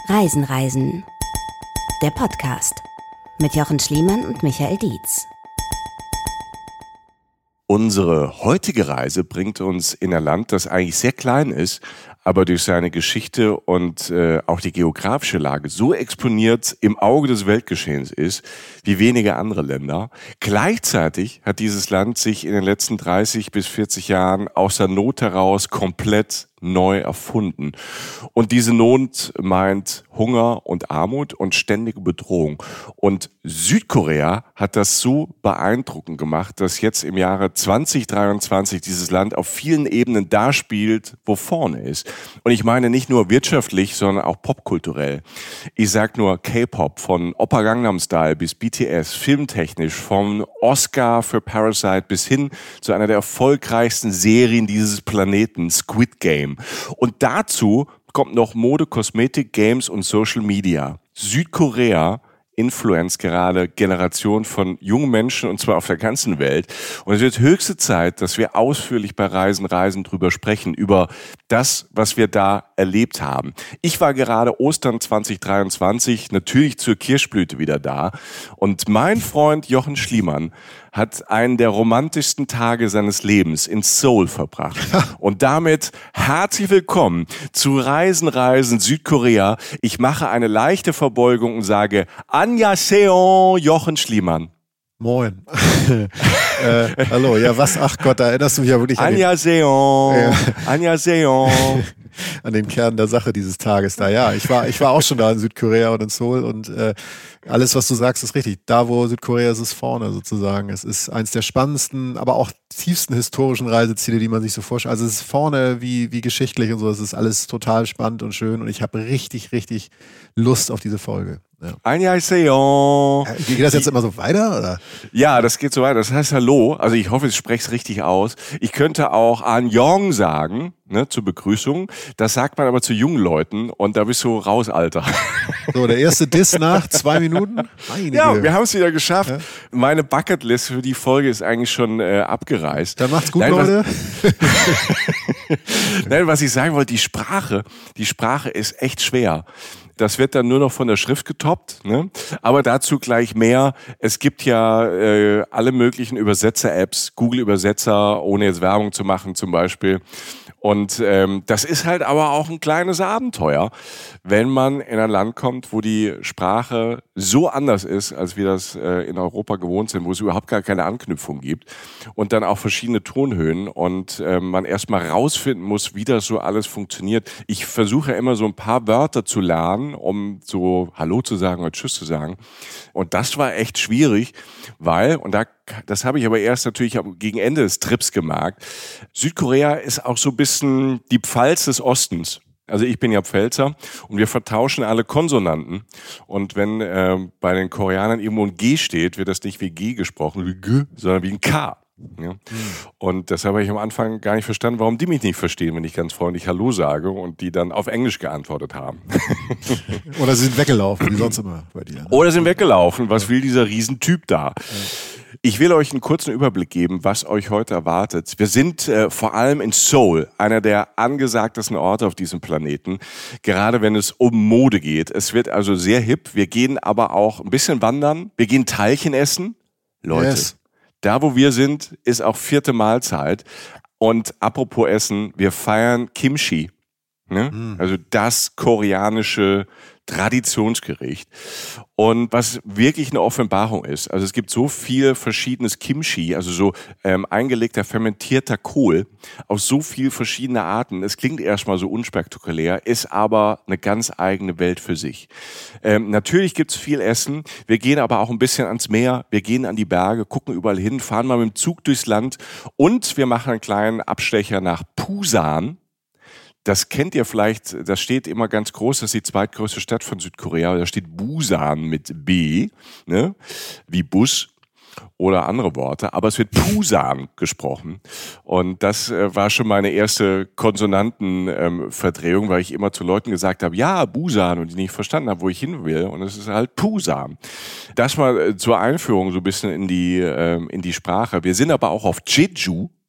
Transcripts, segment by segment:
Reisen. Der Podcast mit Jochen Schliemann und Michael Dietz. Unsere heutige Reise bringt uns in ein Land, das eigentlich sehr klein ist, aber durch seine Geschichte und auch die geografische Lage so exponiert im Auge des Weltgeschehens ist, wie wenige andere Länder. Gleichzeitig hat dieses Land sich in den letzten 30 bis 40 Jahren aus der Not heraus komplett neu erfunden. Und diese Not meint Hunger und Armut und ständige Bedrohung. Und Südkorea hat das so beeindruckend gemacht, dass jetzt im Jahre 2023 dieses Land auf vielen Ebenen da spielt, wo vorne ist. Und ich meine nicht nur wirtschaftlich, sondern auch popkulturell. Ich sag nur K-Pop, von Oppa Gangnam Style bis BTS, filmtechnisch, vom Oscar für Parasite bis hin zu einer der erfolgreichsten Serien dieses Planeten, Squid Game. Und dazu kommt noch Mode, Kosmetik, Games und Social Media. Südkorea influenzt gerade Generationen von jungen Menschen, und zwar auf der ganzen Welt. Und es wird höchste Zeit, dass wir ausführlich bei Reisen drüber sprechen, über das, was wir da erlebt haben. Ich war gerade Ostern 2023 natürlich zur Kirschblüte wieder da. Und mein Freund Jochen Schliemann hat einen der romantischsten Tage seines Lebens in Seoul verbracht. Und damit herzlich willkommen zu Reisen Südkorea. Ich mache eine leichte Verbeugung und sage Annyeonghaseyo, Jochen Schliemann. Moin. Hallo, ja was? Ach Gott, da erinnerst du mich ja wirklich Annyeonghaseyo, Annyeonghaseyo. An den Kern der Sache dieses Tages da. Ja, ich war auch schon da in Südkorea und in Seoul und alles, was du sagst, ist richtig. Da, wo Südkorea ist, ist vorne sozusagen. Es ist eins der spannendsten, aber auch tiefsten historischen Reiseziele, die man sich so vorstellt. Also es ist vorne wie geschichtlich und so. Es ist alles total spannend und schön und ich habe richtig Lust auf diese Folge. Ja. Annyeonghaseyo. Geht das jetzt immer so weiter, oder? Ja, das geht so weiter. Das heißt Hallo. Also ich hoffe, ich spreche es richtig aus. Ich könnte auch Annyeong sagen, ne, zur Begrüßung. Das sagt man aber zu jungen Leuten und da bist du raus, Alter. So, der erste Diss nach 2 Minuten. Ja, wir haben es wieder geschafft. Ja. Meine Bucketlist für die Folge ist eigentlich schon abgereist. Dann macht's gut, Leute. Nein, was ich sagen wollte, die Sprache ist echt schwer. Das wird dann nur noch von der Schrift getoppt, ne? Aber dazu gleich mehr. Es gibt ja alle möglichen Übersetzer-Apps, Google-Übersetzer, ohne jetzt Werbung zu machen zum Beispiel. Und das ist halt aber auch ein kleines Abenteuer, wenn man in ein Land kommt, wo die Sprache so anders ist, als wir das in Europa gewohnt sind, wo es überhaupt gar keine Anknüpfung gibt und dann auch verschiedene Tonhöhen und man erstmal rausfinden muss, wie das so alles funktioniert. Ich versuche immer so ein paar Wörter zu lernen, um so Hallo zu sagen oder Tschüss zu sagen. Und das war echt schwierig, weil, und das habe ich aber erst natürlich gegen Ende des Trips gemerkt, Südkorea ist auch so ein bisschen die Pfalz des Ostens. Also ich bin ja Pfälzer und wir vertauschen alle Konsonanten. Und wenn bei den Koreanern irgendwo ein G steht, wird das nicht wie G gesprochen, wie G, sondern wie ein K. Ja. Und das habe ich am Anfang gar nicht verstanden, warum die mich nicht verstehen, wenn ich ganz freundlich Hallo sage und die dann auf Englisch geantwortet haben. Oder sie sind weggelaufen, wie sonst immer bei dir. Ne? Oder sind weggelaufen, was will dieser Riesentyp da? Ja. Ich will euch einen kurzen Überblick geben, was euch heute erwartet. Wir sind vor allem in Seoul, einer der angesagtesten Orte auf diesem Planeten, gerade wenn es um Mode geht. Es wird also sehr hip. Wir gehen aber auch ein bisschen wandern. Wir gehen Teilchen essen. Leute. Yes. Da, wo wir sind, ist auch 4. Mahlzeit. Und apropos Essen, wir feiern Kimchi. Ne? Also das koreanische Traditionsgericht. Und was wirklich eine Offenbarung ist, also es gibt so viel verschiedenes Kimchi, also so eingelegter, fermentierter Kohl aus so viel verschiedener Arten. Es klingt erstmal so unspektakulär, ist aber eine ganz eigene Welt für sich. Natürlich gibt's viel Essen, wir gehen aber auch ein bisschen ans Meer, wir gehen an die Berge, gucken überall hin, fahren mal mit dem Zug durchs Land und wir machen einen kleinen Abstecher nach Busan. Das kennt ihr vielleicht, das steht immer ganz groß, das ist die zweitgrößte Stadt von Südkorea, da steht Busan mit B, ne? Wie Bus oder andere Worte, aber es wird Busan gesprochen und das war schon meine erste Konsonantenverdrehung, weil ich immer zu Leuten gesagt habe, ja, Busan und die nicht verstanden haben, wo ich hin will und es ist halt Busan. Das mal zur Einführung so ein bisschen in die Sprache. Wir sind aber auch auf Jeju.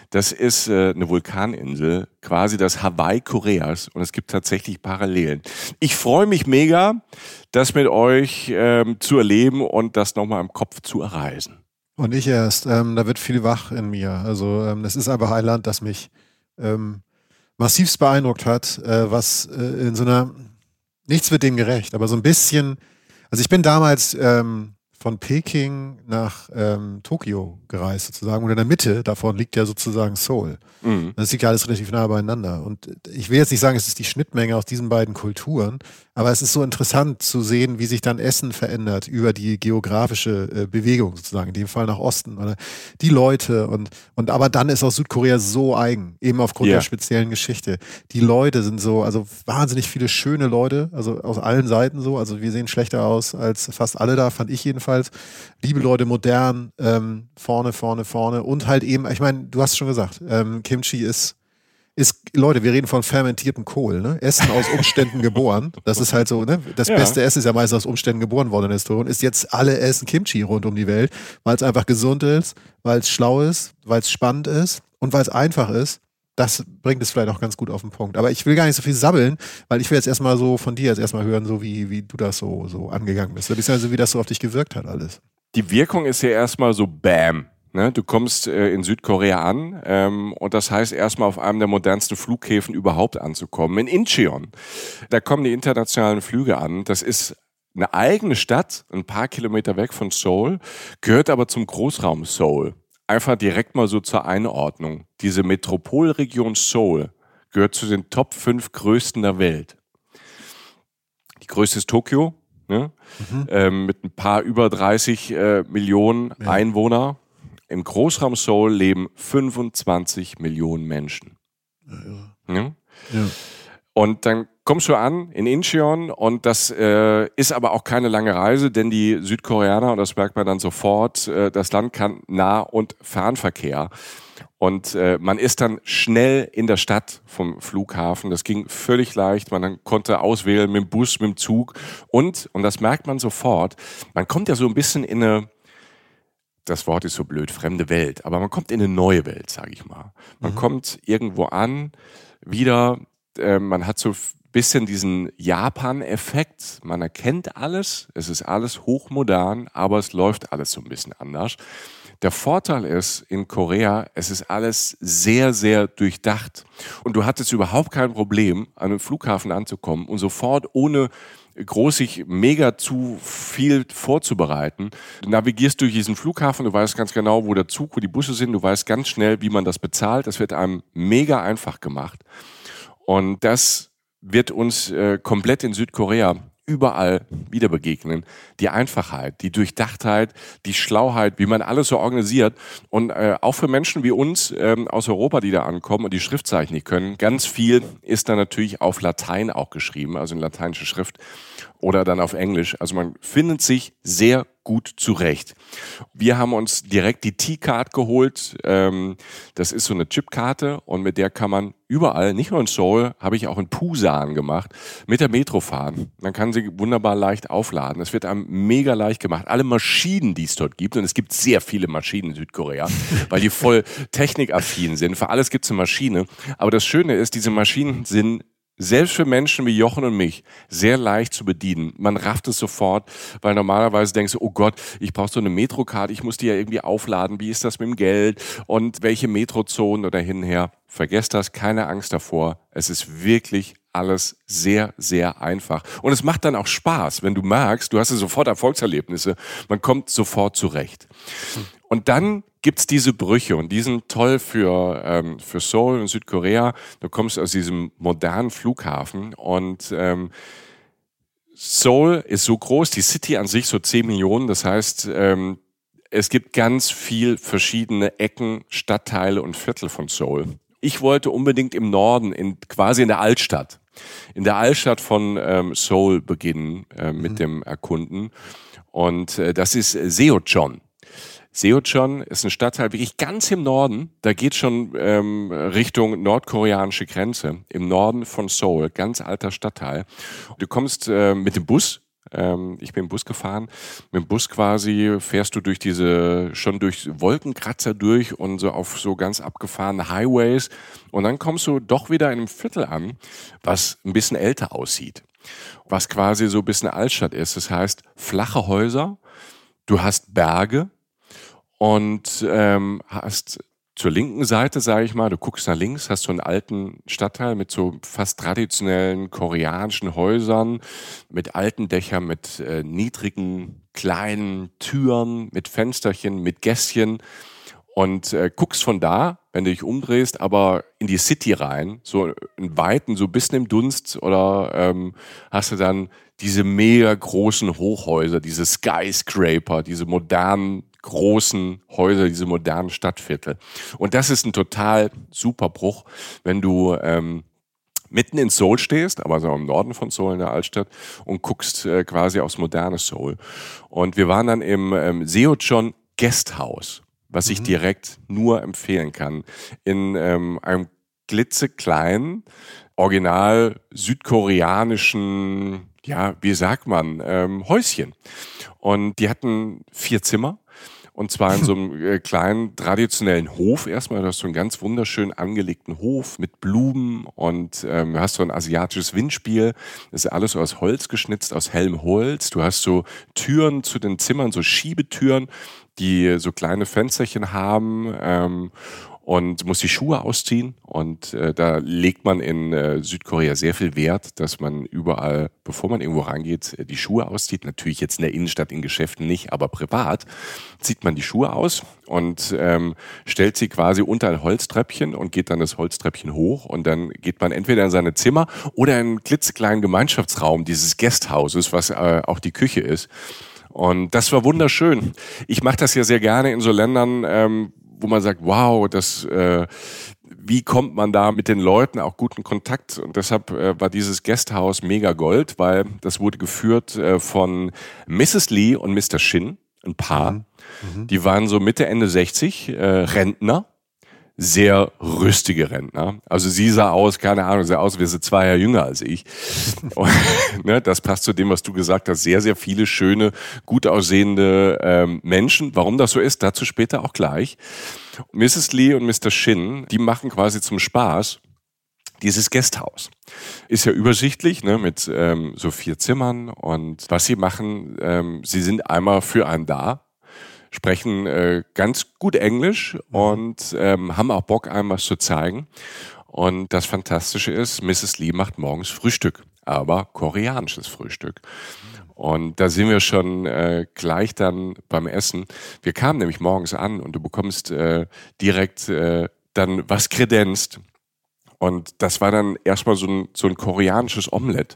Das ist eine Vulkaninsel, quasi das Hawaii Koreas, und es gibt tatsächlich Parallelen. Ich freue mich mega, das mit euch zu erleben und das nochmal im Kopf zu erreisen. Und ich erst, da wird viel wach in mir. Also das ist einfach ein Land, das mich massivst beeindruckt hat, was in so einer, nichts wird dem gerecht, aber so ein bisschen, also ich bin damals von Peking nach Tokio gereist sozusagen, und in der Mitte davon liegt ja sozusagen Seoul. Mhm. Das liegt ja alles relativ nah beieinander. Und ich will jetzt nicht sagen, es ist die Schnittmenge aus diesen beiden Kulturen, aber es ist so interessant zu sehen, wie sich dann Essen verändert über die geografische Bewegung sozusagen, in dem Fall nach Osten. Oder die Leute und aber dann ist auch Südkorea so eigen, eben aufgrund der speziellen Geschichte. Die Leute sind so, also wahnsinnig viele schöne Leute, also aus allen Seiten so. Also wir sehen schlechter aus als fast alle da, fand ich jedenfalls. Liebe Leute, modern, vorne und halt eben, ich meine, du hast es schon gesagt, Kimchi ist, Leute, wir reden von fermentiertem Kohl, ne? Essen aus Umständen geboren. Das ist halt so, ne? Das beste Essen ist ja meistens aus Umständen geboren worden in der Historie. Und ist jetzt alle essen Kimchi rund um die Welt, weil es einfach gesund ist, weil es schlau ist, weil es spannend ist und weil es einfach ist. Das bringt es vielleicht auch ganz gut auf den Punkt. Aber ich will gar nicht so viel sabbeln, weil ich will jetzt erstmal so von dir jetzt erstmal hören, so wie du das so angegangen bist. Beziehungsweise wie das so auf dich gewirkt hat alles. Die Wirkung ist ja erstmal so Bam. Ne? Du kommst in Südkorea an und das heißt erstmal auf einem der modernsten Flughäfen überhaupt anzukommen, in Incheon. Da kommen die internationalen Flüge an. Das ist eine eigene Stadt, ein paar Kilometer weg von Seoul, gehört aber zum Großraum Seoul. Einfach direkt mal so zur Einordnung. Diese Metropolregion Seoul gehört zu den Top 5 größten der Welt. Die größte ist Tokio, ne? Mit ein paar über 30 Millionen Einwohner. Im Großraum Seoul leben 25 Millionen Menschen. Ja? Und dann kommst du an in Incheon und das ist aber auch keine lange Reise, denn die Südkoreaner, und das merkt man dann sofort, das Land kann Nah- und Fernverkehr. Und man ist dann schnell in der Stadt vom Flughafen. Das ging völlig leicht. Man konnte auswählen mit dem Bus, mit dem Zug. Und das merkt man sofort, man kommt ja so ein bisschen in eine, das Wort ist so blöd, fremde Welt. Aber man kommt in eine neue Welt, sage ich mal. Man kommt irgendwo an, wieder, man hat so ein bisschen diesen Japan-Effekt. Man erkennt alles, es ist alles hochmodern, aber es läuft alles so ein bisschen anders. Der Vorteil ist in Korea, es ist alles sehr, sehr durchdacht. Und du hattest überhaupt kein Problem, an einem Flughafen anzukommen und sofort ohne großig mega zu viel vorzubereiten. Du navigierst durch diesen Flughafen, du weißt ganz genau, wo der Zug, wo die Busse sind, du weißt ganz schnell, wie man das bezahlt. Das wird einem mega einfach gemacht. Und das wird uns komplett in Südkorea überall wieder begegnen. Die Einfachheit, die Durchdachtheit, die Schlauheit, wie man alles so organisiert. Und auch für Menschen wie uns aus Europa, die da ankommen und die Schriftzeichen nicht können, ganz viel ist da natürlich auf Latein auch geschrieben, also in lateinische Schrift oder dann auf Englisch. Also man findet sich sehr gut zurecht. Wir haben uns direkt die T-Card geholt. Das ist so eine Chipkarte und mit der kann man überall, nicht nur in Seoul, habe ich auch in Busan gemacht, mit der Metro fahren. Man kann sie wunderbar leicht aufladen. Es wird einem mega leicht gemacht. Alle Maschinen, die es dort gibt, und es gibt sehr viele Maschinen in Südkorea, weil die voll technikaffin sind. Für alles gibt es eine Maschine. Aber das Schöne ist, diese Maschinen sind selbst für Menschen wie Jochen und mich sehr leicht zu bedienen. Man rafft es sofort, weil normalerweise denkst du, oh Gott, ich brauche so eine Metrocard, ich muss die ja irgendwie aufladen. Wie ist das mit dem Geld und welche Metrozonen oder hin und her? Vergesst das, keine Angst davor. Es ist wirklich alles sehr, sehr einfach. Und es macht dann auch Spaß, wenn du merkst, du hast ja sofort Erfolgserlebnisse. Man kommt sofort zurecht. Und dann gibt's diese Brüche und die sind toll für Seoul und Südkorea. Du kommst aus diesem modernen Flughafen und Seoul ist so groß, die City an sich so 10 Millionen. Das heißt, es gibt ganz viel verschiedene Ecken, Stadtteile und Viertel von Seoul. Ich wollte unbedingt im Norden, quasi in der Altstadt. In der Altstadt von Seoul beginnen mit dem Erkunden. Und das ist Seocheon. Seocheon ist ein Stadtteil wirklich ganz im Norden. Da geht schon Richtung nordkoreanische Grenze. Im Norden von Seoul, ganz alter Stadtteil. Du kommst mit dem Bus Ich bin Bus gefahren. Mit dem Bus quasi fährst du schon durch Wolkenkratzer durch und so auf so ganz abgefahrene Highways. Und dann kommst du doch wieder in einem Viertel an, was ein bisschen älter aussieht. Was quasi so ein bisschen Altstadt ist. Das heißt, flache Häuser, du hast Berge und hast zur linken Seite, sage ich mal, du guckst nach links, hast so einen alten Stadtteil mit so fast traditionellen koreanischen Häusern, mit alten Dächern, mit niedrigen, kleinen Türen, mit Fensterchen, mit Gässchen und guckst von da, wenn du dich umdrehst, aber in die City rein, so in Weiten, so ein bisschen im Dunst oder hast du dann diese mega großen Hochhäuser, diese Skyscraper, diese modernen großen Häuser, diese modernen Stadtviertel. Und das ist ein total super Bruch, wenn du mitten in Seoul stehst, aber so im Norden von Seoul in der Altstadt und guckst quasi aufs moderne Seoul. Und wir waren dann im Seocheon Guesthouse, was ich direkt nur empfehlen kann, in einem klitzekleinen, original südkoreanischen, ja, wie sagt man, Häuschen. Und die hatten 4 Zimmer. Und zwar in so einem kleinen traditionellen Hof erstmal. Du hast so einen ganz wunderschön angelegten Hof mit Blumen und hast so ein asiatisches Windspiel. Das ist alles so aus Holz geschnitzt, aus hellem Holz. Du hast so Türen zu den Zimmern, so Schiebetüren, die so kleine Fensterchen haben. Und musst die Schuhe ausziehen. Und da legt man in Südkorea sehr viel Wert, dass man überall, bevor man irgendwo reingeht, die Schuhe auszieht. Natürlich jetzt in der Innenstadt, in Geschäften nicht, aber privat zieht man die Schuhe aus und stellt sie quasi unter ein Holztreppchen und geht dann das Holztreppchen hoch. Und dann geht man entweder in seine Zimmer oder in einen klitzekleinen Gemeinschaftsraum dieses Guesthouses, was auch die Küche ist. Und das war wunderschön. Ich mache das ja sehr gerne in so Ländern, wo man sagt, wow, wie kommt man da mit den Leuten auch guten Kontakt? Und deshalb war dieses Guesthouse mega Gold, weil das wurde geführt von Mrs. Lee und Mr. Shin, ein Paar. Die waren so Mitte, Ende 60, Rentner. Sehr rüstige Rentner. Also sie sah aus, keine Ahnung, sah aus wie sie 2 Jahre jünger als ich. Und, ne, das passt zu dem, was du gesagt hast. Sehr, sehr viele schöne, gut aussehende Menschen. Warum das so ist, dazu später auch gleich. Mrs. Lee und Mr. Shin, die machen quasi zum Spaß dieses Guesthouse. Ist ja übersichtlich, ne, mit so 4 Zimmern. Und was sie machen, sie sind einmal für einen da, sprechen ganz gut Englisch und haben auch Bock, einem was zu zeigen. Und das Fantastische ist, Mrs. Lee macht morgens Frühstück, aber koreanisches Frühstück. Und da sind wir schon gleich dann beim Essen. Wir kamen nämlich morgens an und du bekommst direkt dann was kredenzt. Und das war dann erstmal so ein koreanisches Omelett.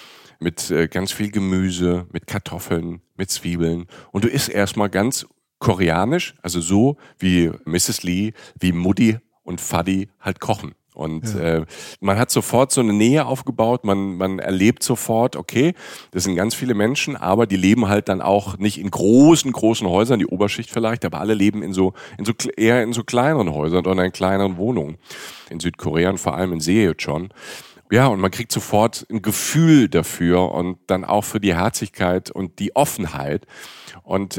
Mit ganz viel Gemüse, mit Kartoffeln, mit Zwiebeln. Und du isst erstmal ganz koreanisch, also so wie Mrs. Lee, wie Mutti und Fadi halt kochen. Und man hat sofort so eine Nähe aufgebaut, man erlebt sofort, okay, das sind ganz viele Menschen, aber die leben halt dann auch nicht in großen Häusern, die Oberschicht vielleicht, aber alle leben eher in so kleineren Häusern oder in kleineren Wohnungen. In Südkorea und vor allem in Seocheon. Ja, und man kriegt sofort ein Gefühl dafür und dann auch für die Herzlichkeit und die Offenheit. Und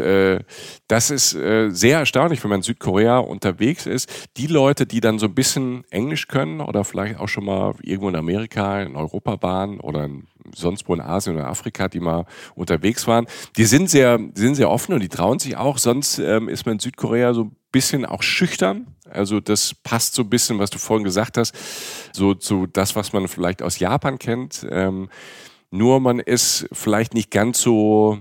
das ist sehr erstaunlich, wenn man in Südkorea unterwegs ist. Die Leute, die dann so ein bisschen Englisch können oder vielleicht auch schon mal irgendwo in Amerika, in Europa waren oder sonst wo in Asien oder Afrika, die mal unterwegs waren, die sind sehr offen und die trauen sich auch. Sonst ist man in Südkorea so ein bisschen auch schüchtern. Also das passt so ein bisschen, was du vorhin gesagt hast, so das, was man vielleicht aus Japan kennt. Nur man ist vielleicht nicht ganz so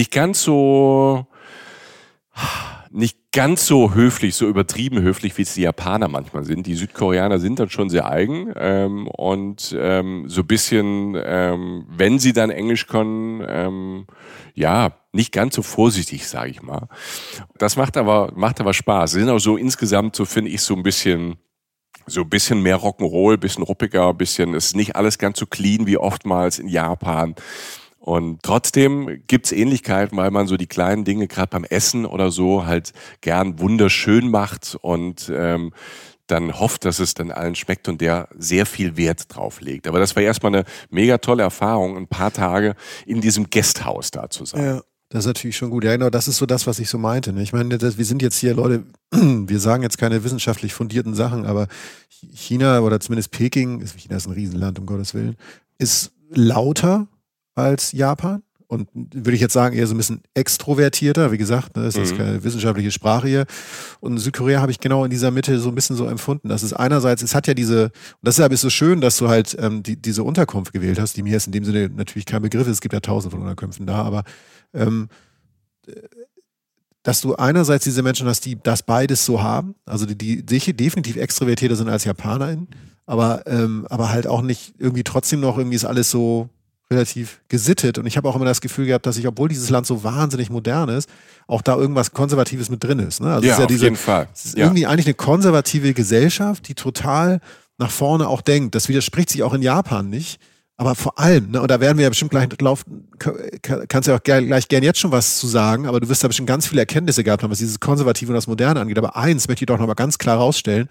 höflich, so übertrieben höflich, wie es die Japaner manchmal sind. Die Südkoreaner sind dann schon sehr eigen und so ein bisschen, wenn sie dann Englisch können, nicht ganz so vorsichtig, sage ich mal. Das macht aber Spaß. Sie sind auch so insgesamt, so finde ich, so ein bisschen mehr Rock'n'Roll, bisschen ruppiger, es ist nicht alles ganz so clean wie oftmals in Japan. Und trotzdem gibt's Ähnlichkeiten, weil man so die kleinen Dinge gerade beim Essen oder so halt gern wunderschön macht und dann hofft, dass es dann allen schmeckt und der sehr viel Wert drauf legt. Aber das war erstmal eine mega tolle Erfahrung, ein paar Tage in diesem Gasthaus da zu sein. Ja. Das ist natürlich schon gut. Ja, genau, das ist so das, was ich so meinte. Ne? Ich meine, wir sind jetzt hier, Leute, wir sagen jetzt keine wissenschaftlich fundierten Sachen, aber China oder zumindest Peking, China ist ein Riesenland, um Gottes Willen, ist lauter als Japan und würde ich jetzt sagen, eher so ein bisschen extrovertierter. Wie gesagt, ne, das ist keine wissenschaftliche Sprache hier. Und Südkorea habe ich genau in dieser Mitte so ein bisschen so empfunden. Das ist einerseits, es hat ja diese, und deshalb ist es so schön, dass du halt diese Unterkunft gewählt hast, die mir jetzt in dem Sinne natürlich kein Begriff ist. Es gibt ja tausende von Unterkünften da, aber dass du einerseits diese Menschen hast, die das beides so haben, also die definitiv extrovertierter sind als JapanerInnen, aber halt auch nicht irgendwie trotzdem noch irgendwie ist alles so relativ gesittet. Und ich habe auch immer das Gefühl gehabt, dass obwohl dieses Land so wahnsinnig modern ist, auch da irgendwas Konservatives mit drin ist. Ne? Also ja, es ist auf jeden Fall. Es ist irgendwie eigentlich eine konservative Gesellschaft, die total nach vorne auch denkt. Das widerspricht sich auch in Japan nicht. Aber vor allem, ne, und da werden wir ja bestimmt gleich laufen, kannst ja auch gleich gern jetzt schon was zu sagen, aber du wirst da bestimmt ganz viele Erkenntnisse gehabt haben, was dieses Konservative und das Moderne angeht. Aber eins möchte ich doch nochmal ganz klar rausstellen: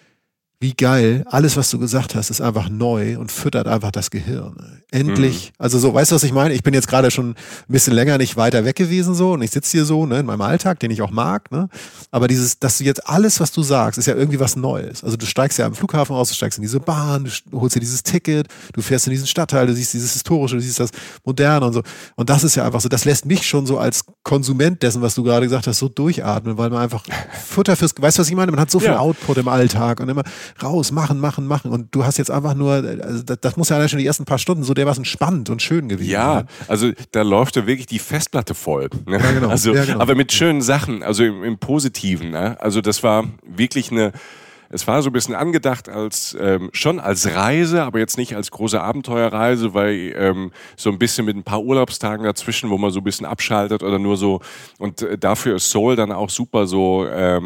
Wie geil, alles, was du gesagt hast, ist einfach neu und füttert einfach das Gehirn. Endlich, also so, weißt du, was ich meine? Ich bin jetzt gerade schon ein bisschen länger nicht weiter weg gewesen so und ich sitze hier so, ne, in meinem Alltag, den ich auch mag, ne? Aber dass du jetzt alles, was du sagst, ist ja irgendwie was Neues. Also du steigst ja am Flughafen aus, du steigst in diese Bahn, du holst dir dieses Ticket, du fährst in diesen Stadtteil, du siehst dieses Historische, du siehst das Moderne und so. Und das ist ja einfach so, das lässt mich schon so als Konsument dessen, was du gerade gesagt hast, so durchatmen, weil man einfach Futter weißt du, was ich meine? Man hat so viel Output im Alltag und immer raus, machen. Und du hast jetzt einfach nur, also das muss ja allein schon die ersten paar Stunden so dermaßen spannend und schön gewesen sein. Ja, also da läuft ja wirklich die Festplatte voll. Ne? Ja, genau. Also, ja, genau. Aber mit schönen Sachen, also im Positiven. Ne? Also das war wirklich es war so ein bisschen angedacht als schon als Reise, aber jetzt nicht als große Abenteuerreise, weil so ein bisschen mit ein paar Urlaubstagen dazwischen, wo man so ein bisschen abschaltet oder nur so. Und dafür ist Seoul dann auch super so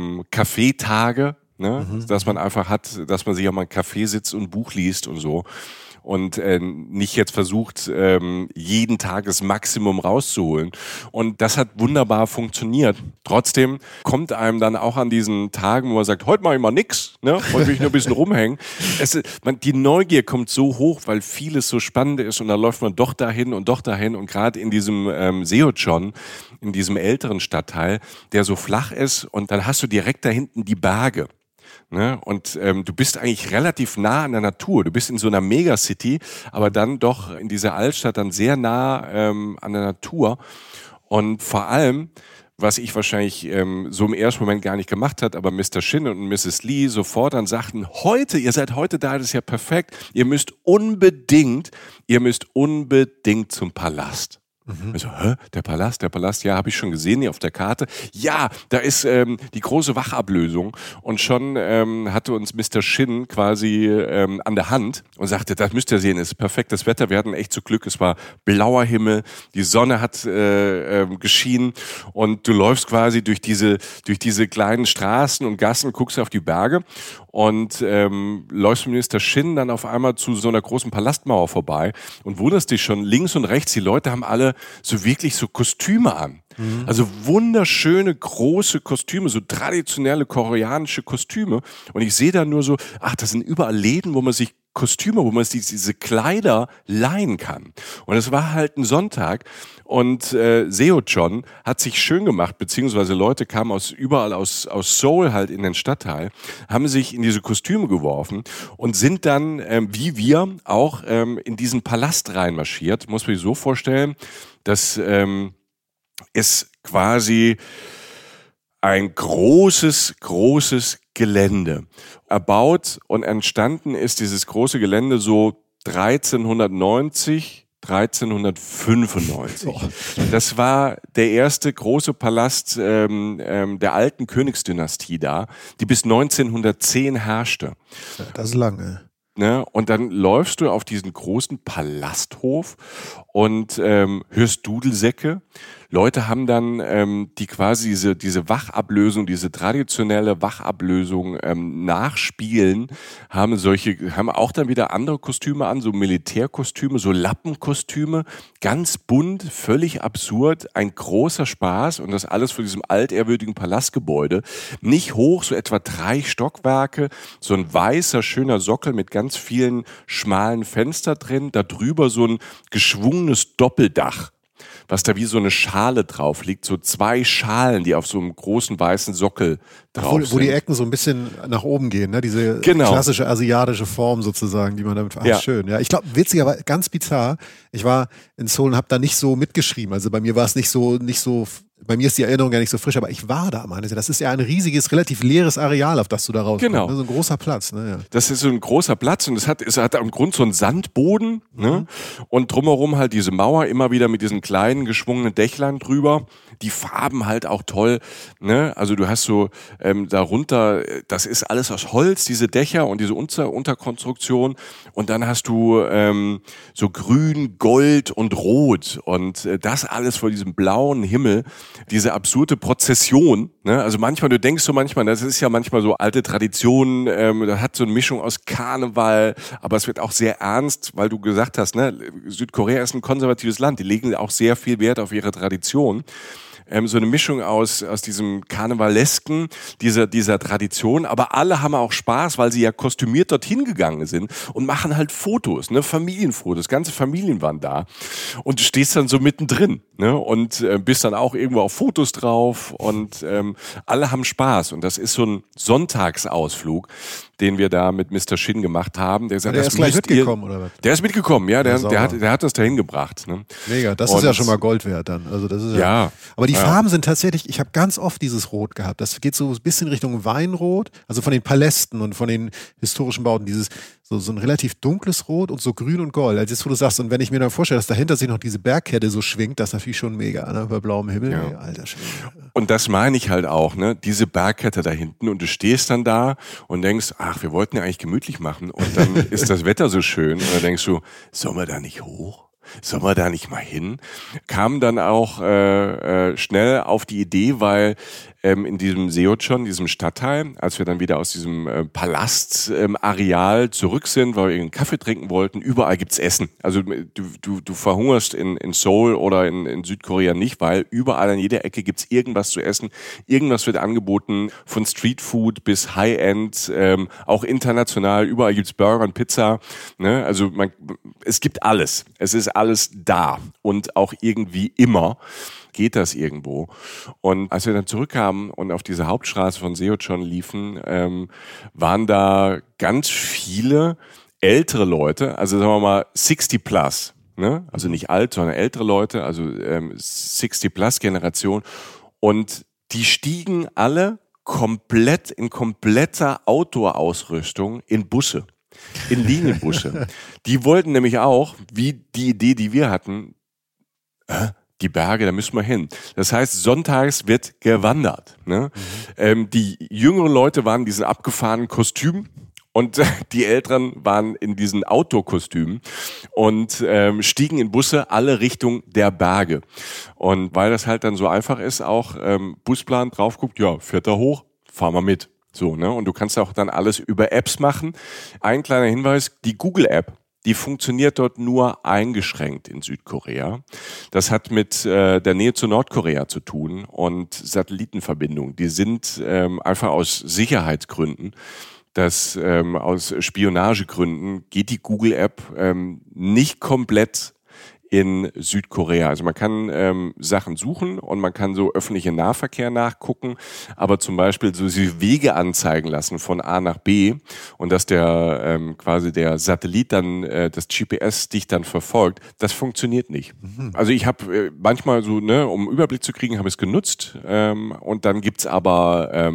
Kaffeetage. Ne? Dass man einfach hat, dass man sich auch mal im Café sitzt und ein Buch liest und so. Und nicht jetzt versucht, jeden Tag das Maximum rauszuholen. Und das hat wunderbar funktioniert. Trotzdem kommt einem dann auch an diesen Tagen, wo man sagt, heute mache ich mal nix, ne? Heute will ich nur ein bisschen rumhängen. Die Neugier kommt so hoch, weil vieles so spannend ist und dann läuft man doch dahin. Und gerade in diesem Seocheon, in diesem älteren Stadtteil, der so flach ist und dann hast du direkt da hinten die Berge. Ne? Und du bist eigentlich relativ nah an der Natur. Du bist in so einer Megacity, aber dann doch in dieser Altstadt dann sehr nah an der Natur. Und vor allem, was ich wahrscheinlich so im ersten Moment gar nicht gemacht hat, aber Mr. Shin und Mrs. Lee sofort dann sagten, ihr seid heute da, das ist ja perfekt. Ihr müsst unbedingt zum Palast. Also, der Palast, ja, habe ich schon gesehen hier auf der Karte. Ja, da ist die große Wachablösung und schon hatte uns Mr. Shin quasi an der Hand und sagte, das müsst ihr sehen, es ist perfektes Wetter, wir hatten echt so Glück, es war blauer Himmel, die Sonne hat geschienen und du läufst quasi durch diese kleinen Straßen und Gassen, guckst auf die Berge und läufst mit Mr. Shin dann auf einmal zu so einer großen Palastmauer vorbei und wunderst dich schon links und rechts, die Leute haben alle so wirklich so Kostüme an. Also wunderschöne, große Kostüme, so traditionelle koreanische Kostüme. Und ich sehe da nur so, das sind überall Läden, wo man sich diese Kleider leihen kann. Und es war halt ein Sonntag und Seocheon hat sich schön gemacht, beziehungsweise Leute kamen überall aus Seoul halt in den Stadtteil, haben sich in diese Kostüme geworfen und sind dann, wie wir, auch in diesen Palast reinmarschiert. Muss man sich so vorstellen, dass es quasi ein großes Gelände. Erbaut und entstanden ist dieses große Gelände so 1395. Das war der erste große Palast der alten Königsdynastie da, die bis 1910 herrschte. Das ist lange. Ne? Und dann läufst du auf diesen großen Palasthof und hörst Dudelsäcke, Leute haben dann die quasi diese Wachablösung, diese traditionelle Wachablösung nachspielen, haben auch dann wieder andere Kostüme an, so Militärkostüme, so Lappenkostüme, ganz bunt, völlig absurd, ein großer Spaß und das alles vor diesem altehrwürdigen Palastgebäude. Nicht hoch, so etwa 3 Stockwerke, so ein weißer, schöner Sockel mit ganz vielen schmalen Fenstern drin, da drüber so ein geschwungenes Doppeldach, was da wie so eine Schale drauf liegt, so 2 Schalen, die auf so einem großen weißen Sockel drauf sind. Wo die Ecken so ein bisschen nach oben gehen, ne? Diese klassische asiatische Form sozusagen, die man damit, schön. Ja, ich glaube, witzig, aber ganz bizarr, ich war in Seoul und habe da nicht so mitgeschrieben, also bei mir war es nicht so, bei mir ist die Erinnerung gar nicht so frisch, aber ich war da, meine ich. Das ist ja ein riesiges, relativ leeres Areal, auf das du da rauskommst. Genau. Ne? So ein großer Platz. Ne? Ja. Das ist so ein großer Platz und es hat am Grund so einen Sandboden, ne? Und drumherum halt diese Mauer, immer wieder mit diesen kleinen geschwungenen Dächlern drüber. Die Farben halt auch toll, ne? Also du hast so darunter, das ist alles aus Holz, diese Dächer und diese Unterkonstruktion. Und dann hast du so grün, gold und rot und das alles vor diesem blauen Himmel. Diese absurde Prozession, ne? Also du denkst so manchmal, das ist ja manchmal so alte Tradition, das hat so eine Mischung aus Karneval, aber es wird auch sehr ernst, weil du gesagt hast, ne? Südkorea ist ein konservatives Land, die legen auch sehr viel Wert auf ihre Tradition. So eine Mischung aus diesem Karnevalesken, dieser Tradition, aber alle haben auch Spaß, weil sie ja kostümiert dorthin gegangen sind und machen halt Fotos, ne, Familienfotos, ganze Familien waren da und du stehst dann so mittendrin, ne, und bist dann auch irgendwo auf Fotos drauf und alle haben Spaß und das ist so ein Sonntagsausflug, den wir da mit Mr. Shin gemacht haben. Der ist gleich mitgekommen, oder was? Der ist mitgekommen, ja, der hat das dahin gebracht. Ne? Mega, das ist ja schon mal Gold wert dann. Also das ist ja. Aber die Farben sind tatsächlich, ich habe ganz oft dieses Rot gehabt. Das geht so ein bisschen Richtung Weinrot, also von den Palästen und von den historischen Bauten, dieses so ein relativ dunkles Rot und so grün und gold. Also jetzt, wo du sagst, und wenn ich mir dann vorstelle, dass dahinter sich noch diese Bergkette so schwingt, das ist natürlich schon mega, ne? Bei blauem Himmel. Ja. Mega, alter Schwede. Und das meine ich halt auch, ne? Diese Bergkette da hinten und du stehst dann da und denkst, ach, wir wollten ja eigentlich gemütlich machen und dann ist das Wetter so schön und dann denkst du, sollen wir da nicht hoch? Sollen wir da nicht mal hin? Kam dann auch schnell auf die Idee, weil in diesem Seocheon, diesem Stadtteil, als wir dann wieder aus diesem Palastareal zurück sind, weil wir einen Kaffee trinken wollten, überall gibt's Essen. Also du verhungerst in Seoul oder in Südkorea nicht, weil überall an jeder Ecke gibt's irgendwas zu essen. Irgendwas wird angeboten, von Streetfood bis High-End, auch international. Überall gibt's Burger und Pizza. Ne? Also es gibt alles. Es ist alles da und auch irgendwie immer geht das irgendwo. Und als wir dann zurückkamen und auf diese Hauptstraße von Seocheon liefen, waren da ganz viele ältere Leute, also sagen wir mal 60 plus, ne? Also nicht alt, sondern ältere Leute, also 60 plus Generation. Und die stiegen alle in kompletter Outdoor-Ausrüstung in Busse, in Linienbusse. Die wollten nämlich auch, wie die Idee, die wir hatten, die Berge, da müssen wir hin. Das heißt, sonntags wird gewandert. Ne? Die jüngeren Leute waren in diesen abgefahrenen Kostümen und die Älteren waren in diesen Outdoor-Kostümen und stiegen in Busse alle Richtung der Berge. Und weil das halt dann so einfach ist, auch Busplan drauf guckt, ja, fährt da hoch, fahren wir mit. So, ne? Und du kannst auch dann alles über Apps machen. Ein kleiner Hinweis, die Google-App, die funktioniert dort nur eingeschränkt in Südkorea. Das hat mit der Nähe zu Nordkorea zu tun und Satellitenverbindungen. Die sind einfach aus Sicherheitsgründen, aus Spionagegründen geht die Google-App nicht komplett in Südkorea. Also man kann Sachen suchen und man kann so öffentlichen Nahverkehr nachgucken, aber zum Beispiel so die Wege anzeigen lassen von A nach B und dass der quasi der Satellit dann das GPS dich dann verfolgt, das funktioniert nicht. Also ich habe manchmal so, ne, um einen Überblick zu kriegen, habe ich es genutzt und dann gibt's aber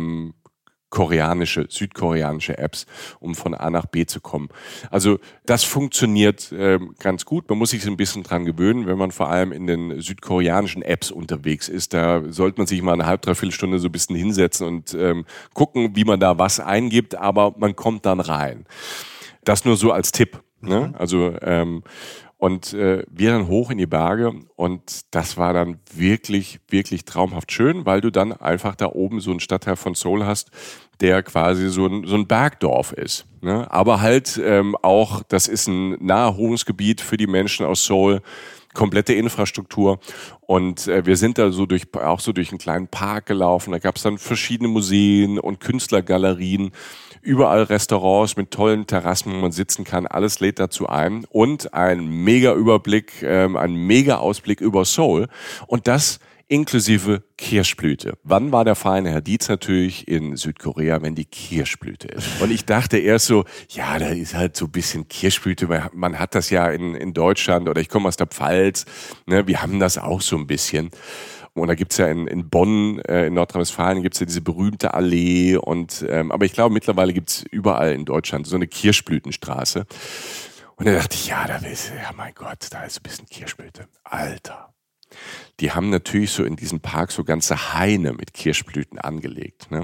südkoreanische Apps, um von A nach B zu kommen. Also das funktioniert ganz gut. Man muss sich ein bisschen dran gewöhnen, wenn man vor allem in den südkoreanischen Apps unterwegs ist. Da sollte man sich mal eine halbe, dreiviertel Stunde so ein bisschen hinsetzen und gucken, wie man da was eingibt, aber man kommt dann rein. Das nur so als Tipp. Ne? Also Und wir dann hoch in die Berge und das war dann wirklich, wirklich traumhaft schön, weil du dann einfach da oben so einen Stadtteil von Seoul hast, der quasi so ein Bergdorf ist. Ne? Aber halt auch, das ist ein Naherholungsgebiet für die Menschen aus Seoul, komplette Infrastruktur. Und wir sind da auch so durch einen kleinen Park gelaufen. Da gab es dann verschiedene Museen und Künstlergalerien, überall Restaurants mit tollen Terrassen, wo man sitzen kann. Alles lädt dazu ein. Und ein mega Überblick, ein mega Ausblick über Seoul. Und das inklusive Kirschblüte. Wann war der feine Herr Dietz natürlich in Südkorea, wenn die Kirschblüte ist? Und ich dachte erst so, ja, da ist halt so ein bisschen Kirschblüte. Man hat das ja in Deutschland oder ich komme aus der Pfalz. Ne, wir haben das auch so ein bisschen. Und da gibt's ja in Bonn, in Nordrhein-Westfalen, gibt's ja diese berühmte Allee. Aber ich glaube, mittlerweile gibt's überall in Deutschland so eine Kirschblütenstraße. Und da dachte ich, ja mein Gott, da ist ein bisschen Kirschblüte. Alter. Die haben natürlich so in diesem Park so ganze Haine mit Kirschblüten angelegt. Ne?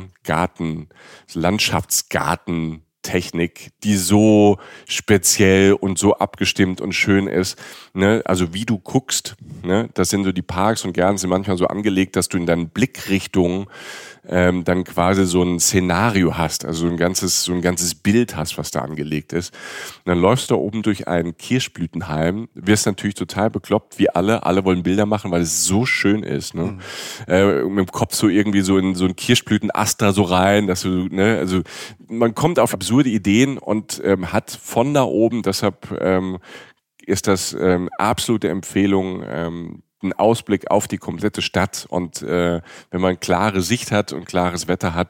Landschaftsgartentechnik, die so speziell und so abgestimmt und schön ist. Ne? Also wie du guckst, ne? Das sind so die Parks und Gärten sind manchmal so angelegt, dass du in deinen Blickrichtungen dann quasi so ein Szenario hast, also so ein ganzes Bild hast, was da angelegt ist. Und dann läufst du da oben durch ein Kirschblütenheim, wirst natürlich total bekloppt, wie alle wollen Bilder machen, weil es so schön ist. Ne? Mit dem Kopf so irgendwie so in so ein Kirschblütenast da so rein, dass du, ne, also man kommt auf absurde Ideen und hat von da oben, deshalb ist das absolute Empfehlung, einen Ausblick auf die komplette Stadt und wenn man klare Sicht hat und klares Wetter hat,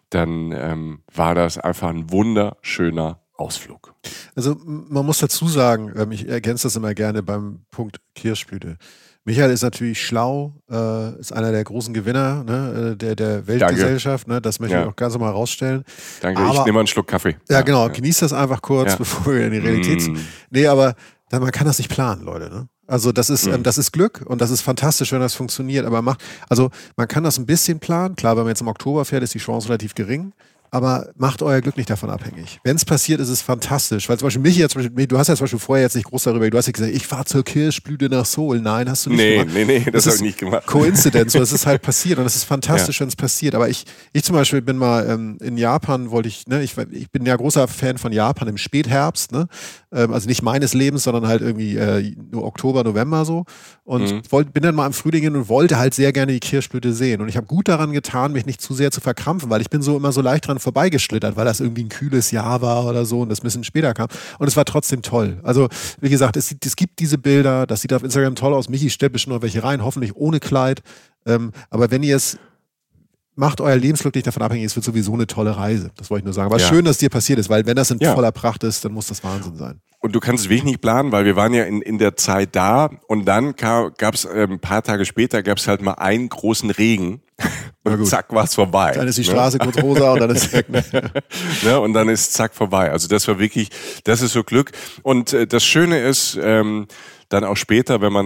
dann war das einfach ein wunderschöner Ausflug. Also man muss dazu sagen, ich ergänze das immer gerne beim Punkt Kirschblüte. Michael ist natürlich schlau, ist einer der großen Gewinner, ne, der Weltgesellschaft. Ne, das möchte ich auch ganz normal rausstellen. Danke, ich nehme mal einen Schluck Kaffee. Ja, genau, genießt das einfach kurz, bevor wir in die Realität sind. Nee, aber man kann das nicht planen, Leute. Ne? Also das ist Glück und das ist fantastisch, wenn das funktioniert. Aber man kann das ein bisschen planen. Klar, wenn man jetzt im Oktober fährt, ist die Chance relativ gering. Aber macht euer Glück nicht davon abhängig. Wenn es passiert, ist es fantastisch. Weil zum Beispiel du hast ja zum Beispiel vorher jetzt nicht groß darüber, du hast ja gesagt, ich fahre zur Kirschblüte nach Seoul. Nein, hast du nicht gemacht. Nee, das habe ich nicht gemacht. Coincidence, so es ist halt passiert und es ist fantastisch, wenn es passiert. Aber ich zum Beispiel bin mal in Japan, ich bin ja großer Fan von Japan im Spätherbst, ne? Also nicht meines Lebens, sondern halt irgendwie nur Oktober, November so. Und bin dann mal im Frühling hin und wollte halt sehr gerne die Kirschblüte sehen. Und ich habe gut daran getan, mich nicht zu sehr zu verkrampfen, weil ich bin immer so leicht dran vorbeigeschlittert, weil das irgendwie ein kühles Jahr war oder so und das ein bisschen später kam. Und es war trotzdem toll. Also, wie gesagt, es gibt diese Bilder, das sieht auf Instagram toll aus. Michi stellt bestimmt noch welche rein, hoffentlich ohne Kleid. Aber wenn ihr es macht, euer Lebensglück nicht davon abhängig, es wird sowieso eine tolle Reise. Das wollte ich nur sagen. Aber schön, dass es dir passiert ist, weil wenn das in voller Pracht ist, dann muss das Wahnsinn sein. Und du kannst es wirklich nicht planen, weil wir waren ja in der Zeit da und dann gab es ein paar Tage später gab es halt mal einen großen Regen und zack war es vorbei. Dann ist die Straße kurz rosa und dann ist es weg. Ne? Und dann ist zack vorbei. Also das war wirklich, das ist so Glück. Und das Schöne ist, dann auch später, wenn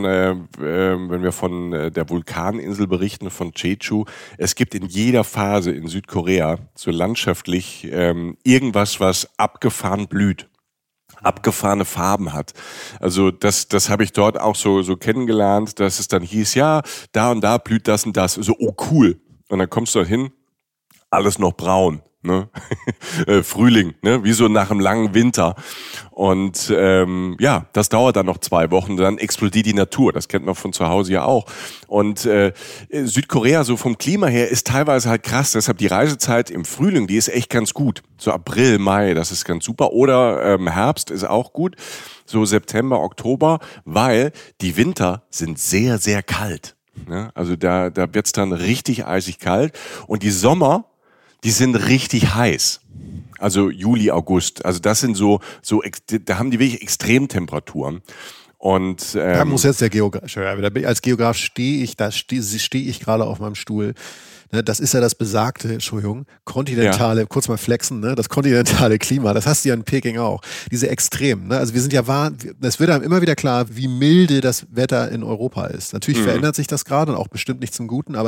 wir von der Vulkaninsel berichten, von Jeju, es gibt in jeder Phase in Südkorea so landschaftlich irgendwas, was abgefahren blüht. Abgefahrene Farben hat. Also das habe ich dort auch so kennengelernt, dass es dann hieß, ja, da und da blüht das und das. So, oh cool. Und dann kommst du da hin, alles noch braun. Ne? Frühling, ne? Wie so nach einem langen Winter. Und das dauert dann noch 2 Wochen, dann explodiert die Natur. Das kennt man von zu Hause ja auch. Und Südkorea, so vom Klima her, ist teilweise halt krass. Deshalb die Reisezeit im Frühling, die ist echt ganz gut. So April, Mai, das ist ganz super. Oder Herbst ist auch gut. So September, Oktober, weil die Winter sind sehr, sehr kalt. Ne? Also da wird's dann richtig eisig kalt. Und die Sommer, die sind richtig heiß. Also Juli, August. Also das sind da haben die wirklich Extremtemperaturen. Und da muss jetzt der Geograf, als Geograf stehe ich gerade auf meinem Stuhl. Das ist ja das besagte, kontinentale, kurz mal flexen, ne? Das kontinentale Klima, das hast du ja in Peking auch. Diese Extremen, ne? Also wir sind ja es wird einem immer wieder klar, wie milde das Wetter in Europa ist. Natürlich verändert sich das gerade und auch bestimmt nicht zum Guten, aber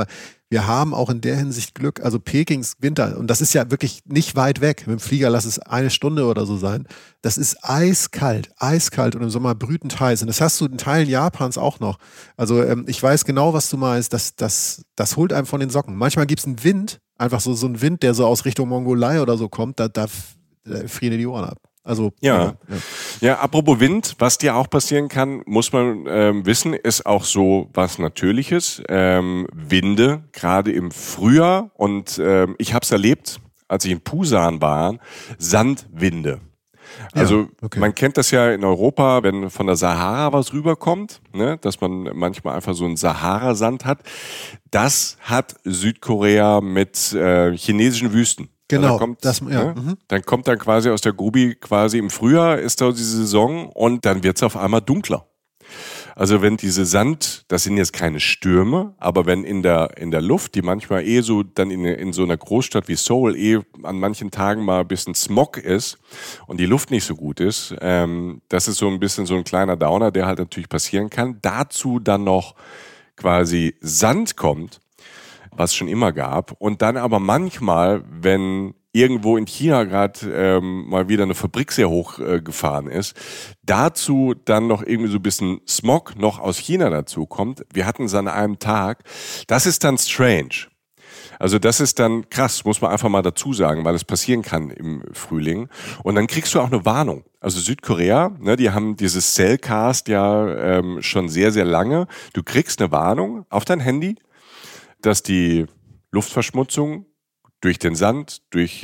wir haben auch in der Hinsicht Glück. Also Pekings Winter, und das ist ja wirklich nicht weit weg. Mit dem Flieger lass es 1 Stunde oder so sein. Das ist eiskalt und im Sommer brütend heiß. Und das hast du in Teilen Japans auch noch. Also ich weiß genau, was du meinst. Das holt einem von den Socken. Manchmal gibt es einen Wind, einfach so einen Wind, der so aus Richtung Mongolei oder so kommt. Da frieren dir die Ohren ab. Also, ja, apropos Wind, was dir auch passieren kann, muss man wissen, ist auch so was Natürliches. Winde, gerade im Frühjahr, und ich habe es erlebt, als ich in Pusan war, Sandwinde. Also man kennt das ja in Europa, wenn von der Sahara was rüberkommt, ne, dass man manchmal einfach so einen Sahara-Sand hat. Das hat Südkorea mit chinesischen Wüsten. Genau, also dann kommt dann quasi aus der Gobi quasi im Frühjahr ist da die Saison und dann wird es auf einmal dunkler. Also wenn diese Sand, das sind jetzt keine Stürme, aber wenn in der Luft, die manchmal so dann in so einer Großstadt wie Seoul an manchen Tagen mal ein bisschen Smog ist und die Luft nicht so gut ist, das ist so ein bisschen so ein kleiner Downer, der halt natürlich passieren kann. Dazu dann noch quasi Sand kommt, was es schon immer gab. Und dann aber manchmal, wenn irgendwo in China gerade mal wieder eine Fabrik sehr hoch gefahren ist, dazu dann noch irgendwie so ein bisschen Smog noch aus China dazu kommt. Wir hatten es an einem Tag. Das ist dann strange. Also das ist dann krass, muss man einfach mal dazu sagen, weil es passieren kann im Frühling. Und dann kriegst du auch eine Warnung. Also Südkorea, ne, die haben dieses Cellcast ja schon sehr, sehr lange. Du kriegst eine Warnung auf dein Handy, dass die Luftverschmutzung durch den Sand, durch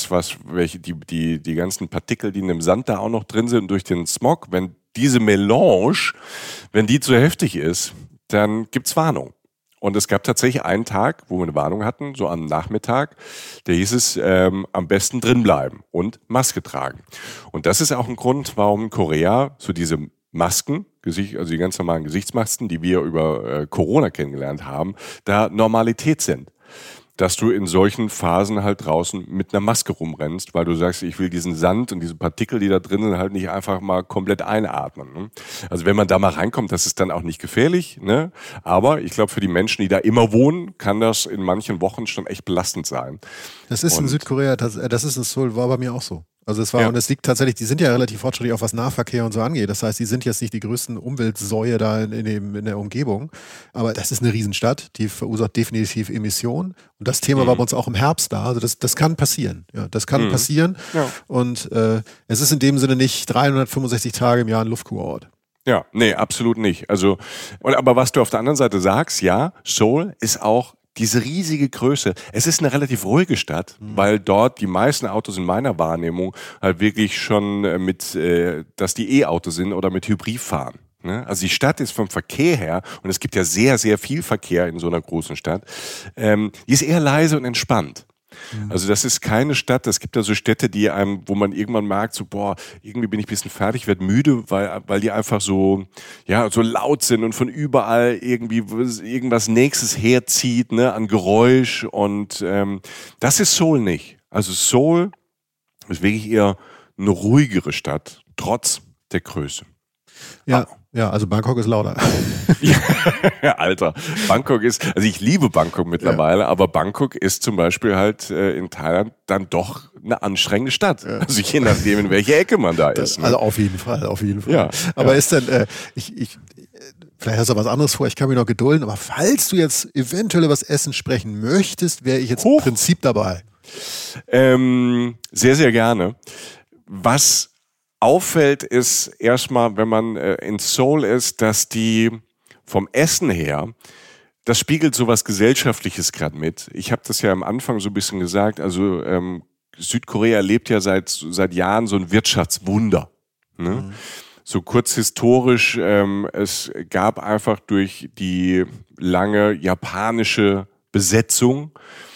die ganzen Partikel, die in dem Sand da auch noch drin sind, durch den Smog, wenn diese Melange, wenn die zu heftig ist, dann gibt's Warnung. Und es gab tatsächlich einen Tag, wo wir eine Warnung hatten, so am Nachmittag, da hieß es, am besten drin bleiben und Maske tragen. Und das ist auch ein Grund, warum Korea so diese Masken, also die ganz normalen Gesichtsmasken, die wir über Corona kennengelernt haben, da Normalität sind. Dass du in solchen Phasen halt draußen mit einer Maske rumrennst, weil du sagst, ich will diesen Sand und diese Partikel, die da drin sind, halt nicht einfach mal komplett einatmen. Ne? Also wenn man da mal reinkommt, das ist dann auch nicht gefährlich. Ne? Aber ich glaube, für die Menschen, die da immer wohnen, kann das in manchen Wochen schon echt belastend sein. Das ist in Südkorea, das ist in Seoul, war bei mir auch so. Also und es liegt tatsächlich, die sind ja relativ fortschrittlich, auch was Nahverkehr und so angeht. Das heißt, die sind jetzt nicht die größten Umweltsäue da in der Umgebung. Aber das ist eine Riesenstadt, die verursacht definitiv Emissionen. Und das Thema war bei uns auch im Herbst da. Also das kann passieren. Ja, das kann passieren. Ja. Und es ist in dem Sinne nicht 365 Tage im Jahr ein Luftkurort. Ja, nee, absolut nicht. Also, aber was du auf der anderen Seite sagst, ja, Seoul ist auch diese riesige Größe. Es ist eine relativ ruhige Stadt, weil dort die meisten Autos in meiner Wahrnehmung halt wirklich schon dass die E-Autos sind oder mit Hybrid fahren. Ne? Also die Stadt ist vom Verkehr her, und es gibt ja sehr, sehr viel Verkehr in so einer großen Stadt, die ist eher leise und entspannt. Also das ist keine Stadt, es gibt ja so Städte, wo man irgendwann merkt, so irgendwie bin ich ein bisschen fertig, werde müde, weil die einfach so laut sind und von überall irgendwie irgendwas Nächstes herzieht, ne, an Geräusch, und das ist Seoul nicht. Also Seoul ist wirklich eher eine ruhigere Stadt, trotz der Größe. Ja, also Bangkok ist lauter. Ja, Alter, also ich liebe Bangkok mittlerweile, aber Bangkok ist zum Beispiel halt in Thailand dann doch eine anstrengende Stadt. Ja. Also je nachdem, in welche Ecke man da ist. Ne? Also auf jeden Fall. Ja, aber ist dann, vielleicht hast du was anderes vor, ich kann mich noch gedulden, aber falls du jetzt eventuell über das Essen sprechen möchtest, wäre ich jetzt im Prinzip dabei. Sehr, sehr gerne. Was auffällt, ist erstmal, wenn man in Seoul ist, dass die vom Essen her, das spiegelt so was Gesellschaftliches gerade mit. Ich habe das ja am Anfang so ein bisschen gesagt, also Südkorea erlebt ja seit Jahren so ein Wirtschaftswunder. Ne? So kurz historisch, es gab einfach durch die lange japanische Besetzung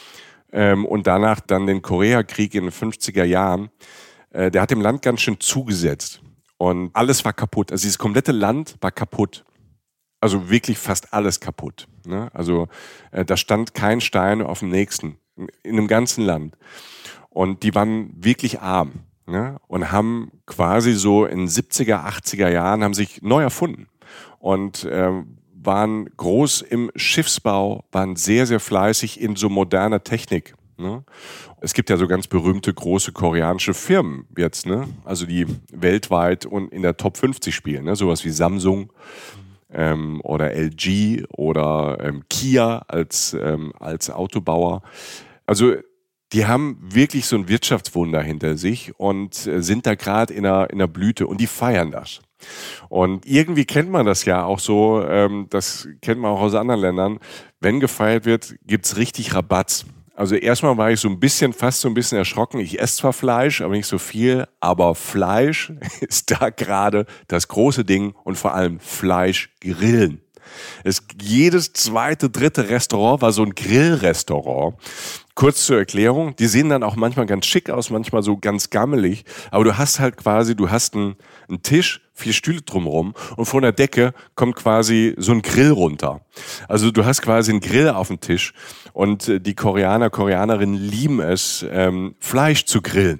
und danach dann den Koreakrieg in den 50er Jahren, der hat dem Land ganz schön zugesetzt. Und alles war kaputt. Also dieses komplette Land war kaputt. Also wirklich fast alles kaputt. Ne? Also da stand kein Stein auf dem nächsten. In dem ganzen Land. Und die waren wirklich arm. Ne? Und haben quasi so in 70er, 80er Jahren haben sich neu erfunden. Und waren groß im Schiffsbau, waren sehr, sehr fleißig in so moderner Technik. Ne? Es gibt ja so ganz berühmte große koreanische Firmen jetzt, ne? Also die weltweit und in der Top 50 spielen, ne? Sowas wie Samsung oder LG oder Kia als Autobauer. Also die haben wirklich so ein Wirtschaftswunder hinter sich und sind da gerade in einer Blüte und die feiern das. Und irgendwie kennt man das ja auch so, das kennt man auch aus anderen Ländern, wenn gefeiert wird, gibt's richtig Rabatz. Also erstmal war ich fast so ein bisschen erschrocken. Ich esse zwar Fleisch, aber nicht so viel, aber Fleisch ist da gerade das große Ding und vor allem Fleisch grillen. Jedes zweite, dritte Restaurant war so ein Grillrestaurant. Kurz zur Erklärung, die sehen dann auch manchmal ganz schick aus, manchmal so ganz gammelig, aber du hast halt quasi, einen Tisch, 4 Stühle drumherum und von der Decke kommt quasi so ein Grill runter. Also du hast quasi einen Grill auf dem Tisch und die Koreanerinnen lieben es, Fleisch zu grillen.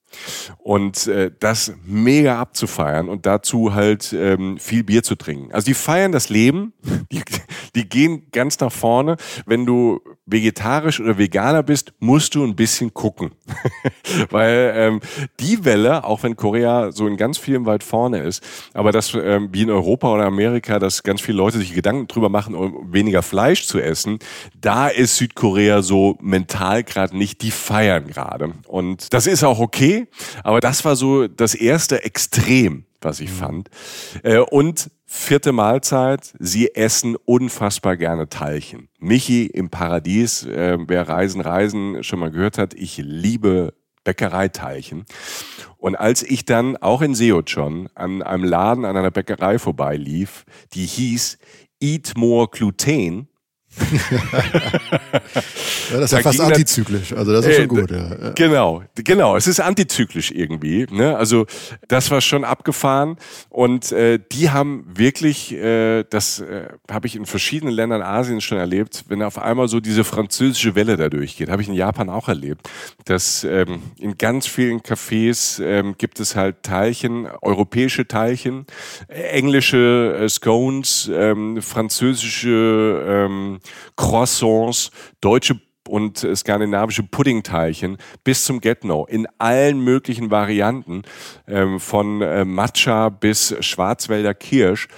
Und das mega abzufeiern und dazu halt viel Bier zu trinken. Also die feiern das Leben, die gehen ganz nach vorne. Wenn du vegetarisch oder Veganer bist, musst du ein bisschen gucken. Weil die Welle, auch wenn Korea so in ganz vielen weit vorne ist, aber das wie in Europa oder Amerika, dass ganz viele Leute sich Gedanken drüber machen, um weniger Fleisch zu essen, da ist Südkorea so mental gerade nicht, die feiern gerade. Und das ist auch okay, aber das war so das erste Extrem, was ich fand. Und 4. Mahlzeit, sie essen unfassbar gerne Teilchen. Michi im Paradies, wer Reisen schon mal gehört hat, ich liebe Bäckereiteilchen. Und als ich dann auch in Seocheon an einem Laden, an einer Bäckerei vorbeilief, die hieß Eat More Gluten. Ja, das ist ja fast antizyklisch, also das ist schon gut. Ja. Genau, es ist antizyklisch irgendwie. Ne? Also das war schon abgefahren und die haben wirklich, das habe ich in verschiedenen Ländern Asiens schon erlebt, wenn auf einmal so diese französische Welle da durchgeht, habe ich in Japan auch erlebt, dass in ganz vielen Cafés gibt es halt Teilchen, europäische Teilchen, englische Scones, französische Croissants, deutsche und skandinavische Puddingteilchen bis zum Get-No in allen möglichen Varianten, von Matcha bis Schwarzwälder Kirsch.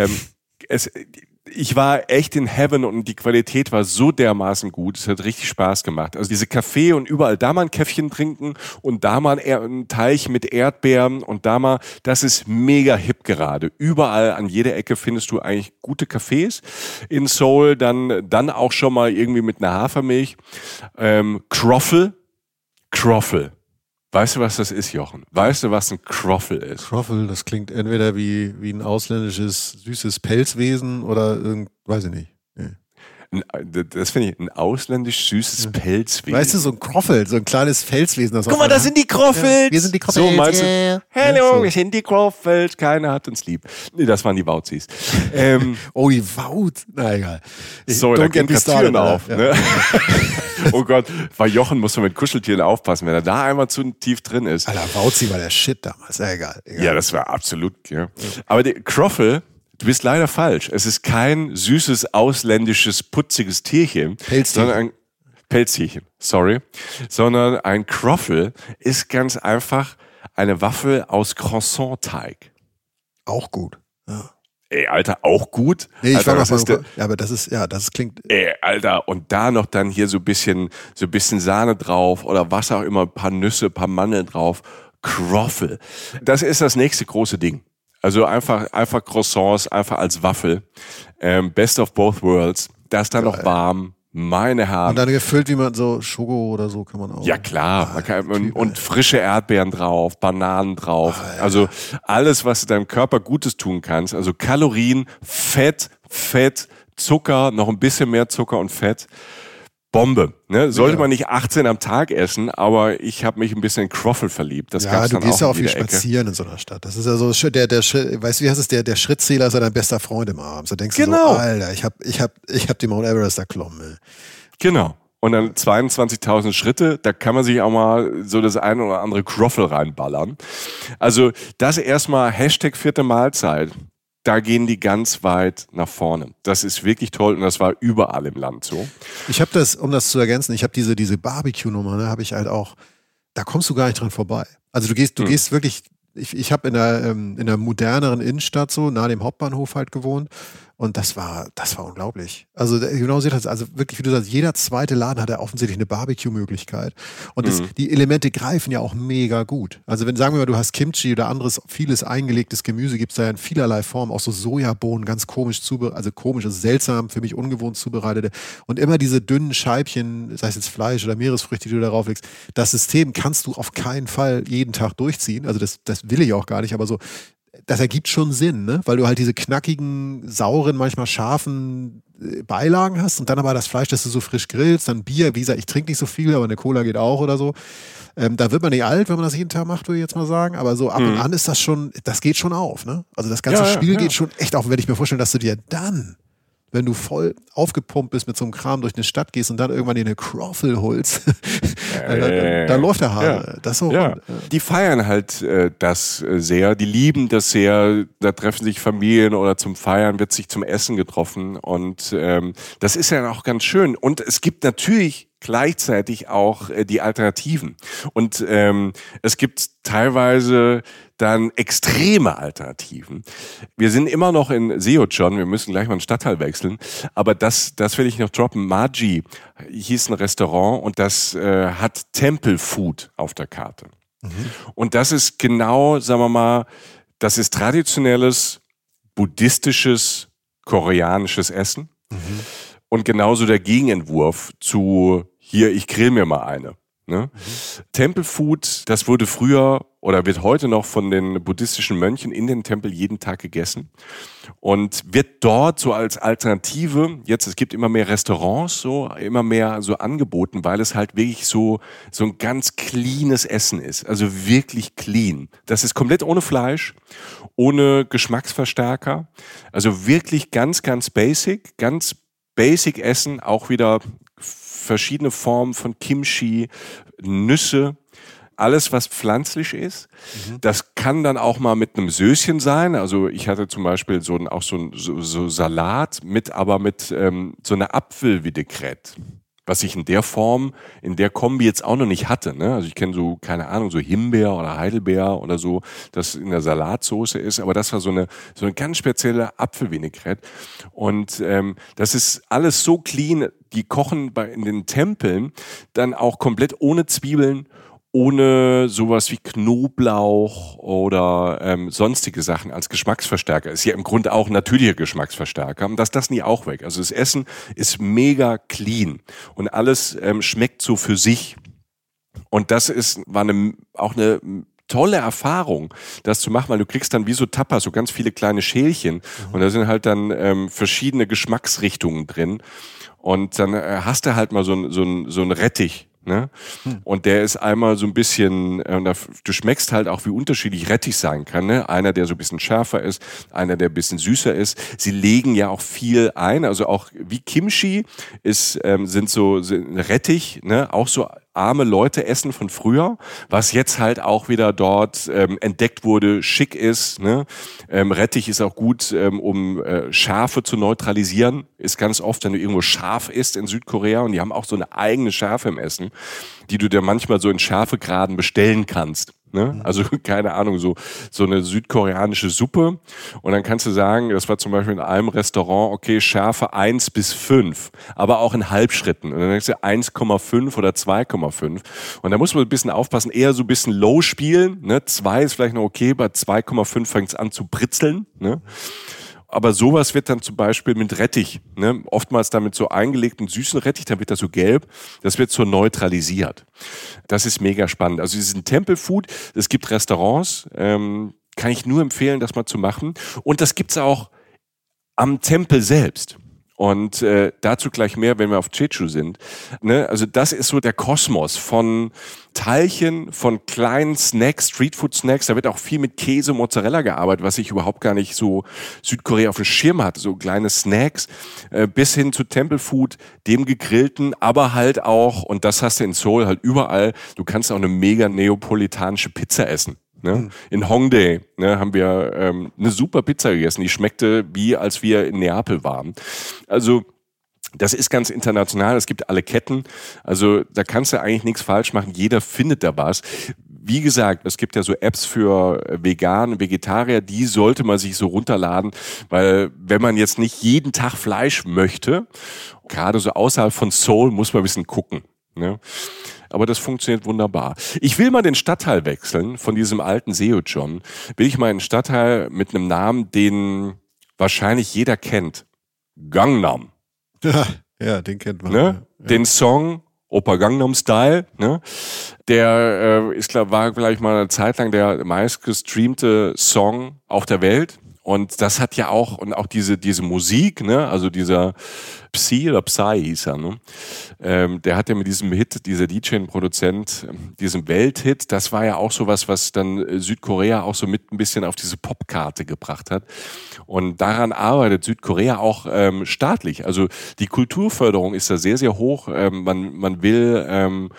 Ich war echt in Heaven und die Qualität war so dermaßen gut. Es hat richtig Spaß gemacht. Also diese Kaffee und überall da mal ein Käffchen trinken und da mal einen Teich mit Erdbeeren und da mal, das ist mega hip gerade. Überall an jeder Ecke findest du eigentlich gute Cafés. In Seoul dann auch schon mal irgendwie mit einer Hafermilch. Croffle. Weißt du, was das ist, Jochen? Weißt du, was ein Croffle ist? Croffle, das klingt entweder wie ein ausländisches, süßes Pelzwesen oder weiß ich nicht. Nee. Das finde ich ein ausländisch süßes Pelzwesen. Weißt du, so ein Croffle, so ein kleines Felswesen. Guck mal, das sind die Croffles. Ja, wir sind die Croffles. So meinst du? Hallo, wir sind die Croffles. Keiner hat uns lieb. Nee, das waren die Wauzis. Oh, die Wauz. Na egal. Sorry, da gehen Türen auf. Ja. Ne? Oh Gott, bei Jochen muss man mit Kuscheltieren aufpassen, wenn er da einmal zu tief drin ist. Alter, Wauzi war der Shit damals. Ja, egal. Ja, das war absolut. Ja. Aber der Croffle, du bist leider falsch. Es ist kein süßes, ausländisches, putziges Tierchen, sondern ein Pelztierchen, sondern ein Croffle ist ganz einfach eine Waffel aus Croissant-Teig. Auch gut. Ja. Ey, Alter, auch gut? Nee, ich Alter, war noch mal, aber das klingt. Ey, Alter, und da noch dann hier so ein bisschen Sahne drauf oder was auch immer, ein paar Nüsse, ein paar Mandeln drauf. Croffle. Das ist das nächste große Ding. Also einfach Croissants, einfach als Waffel. Best of both worlds. Das dann noch warm. Meine Herren. Und dann gefüllt, wie man so Schoko oder so kann man auch. Ja klar, und frische Erdbeeren drauf, Bananen drauf. Also alles, was du deinem Körper Gutes tun kannst. Also Kalorien, Fett, Zucker, noch ein bisschen mehr Zucker und Fett. Bombe. Ne? Sollte man nicht 18 am Tag essen, aber ich habe mich ein bisschen in Croffle verliebt. Das ja, du gehst ja auch viel Ecke. spazieren in so einer Stadt. Das ist ja so, weißt du, wie heißt es, der Schrittzähler ist ja dein bester Freund im Abend. Da denkst du so, Alter, ich hab die Mount Everest erklommen. Ey. Genau. Und dann 22.000 Schritte, da kann man sich auch mal so das eine oder andere Croffle reinballern. Also das erstmal #4. Mahlzeit. da gehen die ganz weit nach vorne. Das ist wirklich toll und das war überall im Land so. Ich habe das, um das zu ergänzen, ich habe diese Barbecue-Nummer, ne, habe ich halt auch, da kommst du gar nicht dran vorbei. Also du gehst wirklich, ich habe in der moderneren Innenstadt so, nahe dem Hauptbahnhof halt gewohnt. Und das war unglaublich. Also genau sieht das, also wirklich, wie du sagst, jeder zweite Laden hat ja offensichtlich eine Barbecue-Möglichkeit. Und die Elemente greifen ja auch mega gut. Also wenn, sagen wir mal, du hast Kimchi oder anderes, vieles eingelegtes Gemüse, gibt es da ja in vielerlei Formen, auch so Sojabohnen, ganz komisch also komisch, also seltsam, für mich ungewohnt zubereitete. Und immer diese dünnen Scheibchen, sei es jetzt Fleisch oder Meeresfrüchte, die du darauf legst, das System kannst du auf keinen Fall jeden Tag durchziehen. Also das will ich auch gar nicht, aber so, das ergibt schon Sinn, ne? Weil du halt diese knackigen, sauren, manchmal scharfen Beilagen hast und dann aber das Fleisch, das du so frisch grillst, dann Bier, wie gesagt, ich trinke nicht so viel, aber eine Cola geht auch oder so. Da wird man nicht alt, wenn man das jeden Tag macht, würde ich jetzt mal sagen, aber so ab und an ist das schon, das geht schon auf, ne? Also das ganze Spiel geht schon echt auf, und wenn ich mir vorstelle, dass du dir dann, wenn du voll aufgepumpt bist mit so einem Kram durch eine Stadt gehst und dann irgendwann dir eine Croffle holst, da läuft der Haare. Ja. Das so Die feiern halt das sehr, die lieben das sehr, da treffen sich Familien oder zum Feiern wird sich zum Essen getroffen und das ist ja auch ganz schön. Und es gibt natürlich gleichzeitig auch die Alternativen. Und es gibt teilweise dann extreme Alternativen. Wir sind immer noch in Seojeon, wir müssen gleich mal einen Stadtteil wechseln, aber das will ich noch droppen. Maji hieß ein Restaurant und das hat Temple Food auf der Karte. Und das ist genau, sagen wir mal, das ist traditionelles, buddhistisches, koreanisches Essen. Und genauso der Gegenentwurf zu hier, ich grill mir mal eine. Ne? Temple Food, das wurde früher oder wird heute noch von den buddhistischen Mönchen in den Tempel jeden Tag gegessen und wird dort so als Alternative, jetzt es gibt immer mehr Restaurants, so immer mehr so angeboten, weil es halt wirklich so ein ganz cleanes Essen ist, also wirklich clean. Das ist komplett ohne Fleisch, ohne Geschmacksverstärker, also wirklich ganz, ganz basic Essen, auch wieder verschiedene Formen von Kimchi, Nüsse, alles was pflanzlich ist. Das kann dann auch mal mit einem Söschen sein. Also ich hatte zum Beispiel so Salat mit so einer Apfel-Vinaigrette. Was ich in der Form, in der Kombi jetzt auch noch nicht hatte. Ne? Also ich kenne so, keine Ahnung, so Himbeer oder Heidelbeer oder so, das in der Salatsoße ist. Aber das war so eine ganz spezielle Apfelvinaigrette. Und das ist alles so clean. Die kochen in den Tempeln dann auch komplett ohne Zwiebeln, ohne sowas wie Knoblauch oder sonstige Sachen als Geschmacksverstärker. Ist ja im Grunde auch ein natürlicher Geschmacksverstärker. Und das nie auch weg. Also das Essen ist mega clean und alles schmeckt so für sich. Und das war auch eine tolle Erfahrung, das zu machen, weil du kriegst dann wie so Tapas, so ganz viele kleine Schälchen und da sind halt dann verschiedene Geschmacksrichtungen drin und dann hast du halt mal so ein Rettich. Ne? Und der ist einmal so ein bisschen, du schmeckst halt auch, wie unterschiedlich Rettich sein kann. Ne? Einer, der so ein bisschen schärfer ist, einer, der ein bisschen süßer ist. Sie legen ja auch viel ein, also auch wie Kimchi sind Rettich, ne? Auch so arme Leute essen von früher, was jetzt halt auch wieder dort entdeckt wurde, schick ist. Ne? Rettich ist auch gut, um Schärfe zu neutralisieren. Ist ganz oft, wenn du irgendwo scharf isst in Südkorea und die haben auch so eine eigene Schärfe im Essen, die du dir manchmal so in Schärfegraden bestellen kannst. Ne? Also keine Ahnung, so eine südkoreanische Suppe und dann kannst du sagen, das war zum Beispiel in einem Restaurant, okay, Schärfe 1 bis 5, aber auch in Halbschritten und dann denkst du 1,5 oder 2,5 und da muss man ein bisschen aufpassen, eher so ein bisschen low spielen, ne? 2 ist vielleicht noch okay, bei 2,5 fängt es an zu britzeln, ne? Aber sowas wird dann zum Beispiel mit Rettich, ne? Oftmals dann mit so eingelegten süßen Rettich, dann wird das so gelb, das wird so neutralisiert. Das ist mega spannend. Also diesen Temple Food, es gibt Restaurants, kann ich nur empfehlen, das mal zu machen. Und das gibt's auch am Tempel selbst. Und dazu gleich mehr, wenn wir auf Jeju sind. Ne? Also das ist so der Kosmos von Teilchen, von kleinen Snacks, Streetfood-Snacks. Da wird auch viel mit Käse, Mozzarella gearbeitet, was ich überhaupt gar nicht so Südkorea auf dem Schirm hatte. So kleine Snacks bis hin zu Temple Food, dem gegrillten, aber halt auch, und das hast du in Seoul halt überall, du kannst auch eine mega neapolitanische Pizza essen. Ne? In Hongdae haben wir eine super Pizza gegessen, die schmeckte wie als wir in Neapel waren. Also das ist ganz international, es gibt alle Ketten, also da kannst du eigentlich nichts falsch machen, jeder findet da was. Wie gesagt, es gibt ja so Apps für Veganer, Vegetarier, die sollte man sich so runterladen, weil wenn man jetzt nicht jeden Tag Fleisch möchte, gerade so außerhalb von Seoul, muss man ein bisschen gucken. Ne? Aber das funktioniert wunderbar. Ich will mal den Stadtteil wechseln, von diesem alten Seojeon, will ich mal einen Stadtteil mit einem Namen, den wahrscheinlich jeder kennt. Gangnam. Ja, den kennt man. Ne? Ja. Den Song Oppa Gangnam Style, ne? Der war gleich mal eine Zeit lang der meistgestreamte Song auf der Welt. Und das hat ja auch, und auch diese Musik, ne, also dieser Psy hieß er, ne? Der hat ja mit diesem Hit, dieser DJ-Produzent, diesem Welthit, das war ja auch sowas, was dann Südkorea auch so mit ein bisschen auf diese Popkarte gebracht hat. Und daran arbeitet Südkorea auch staatlich. Also die Kulturförderung ist da sehr, sehr hoch. Man will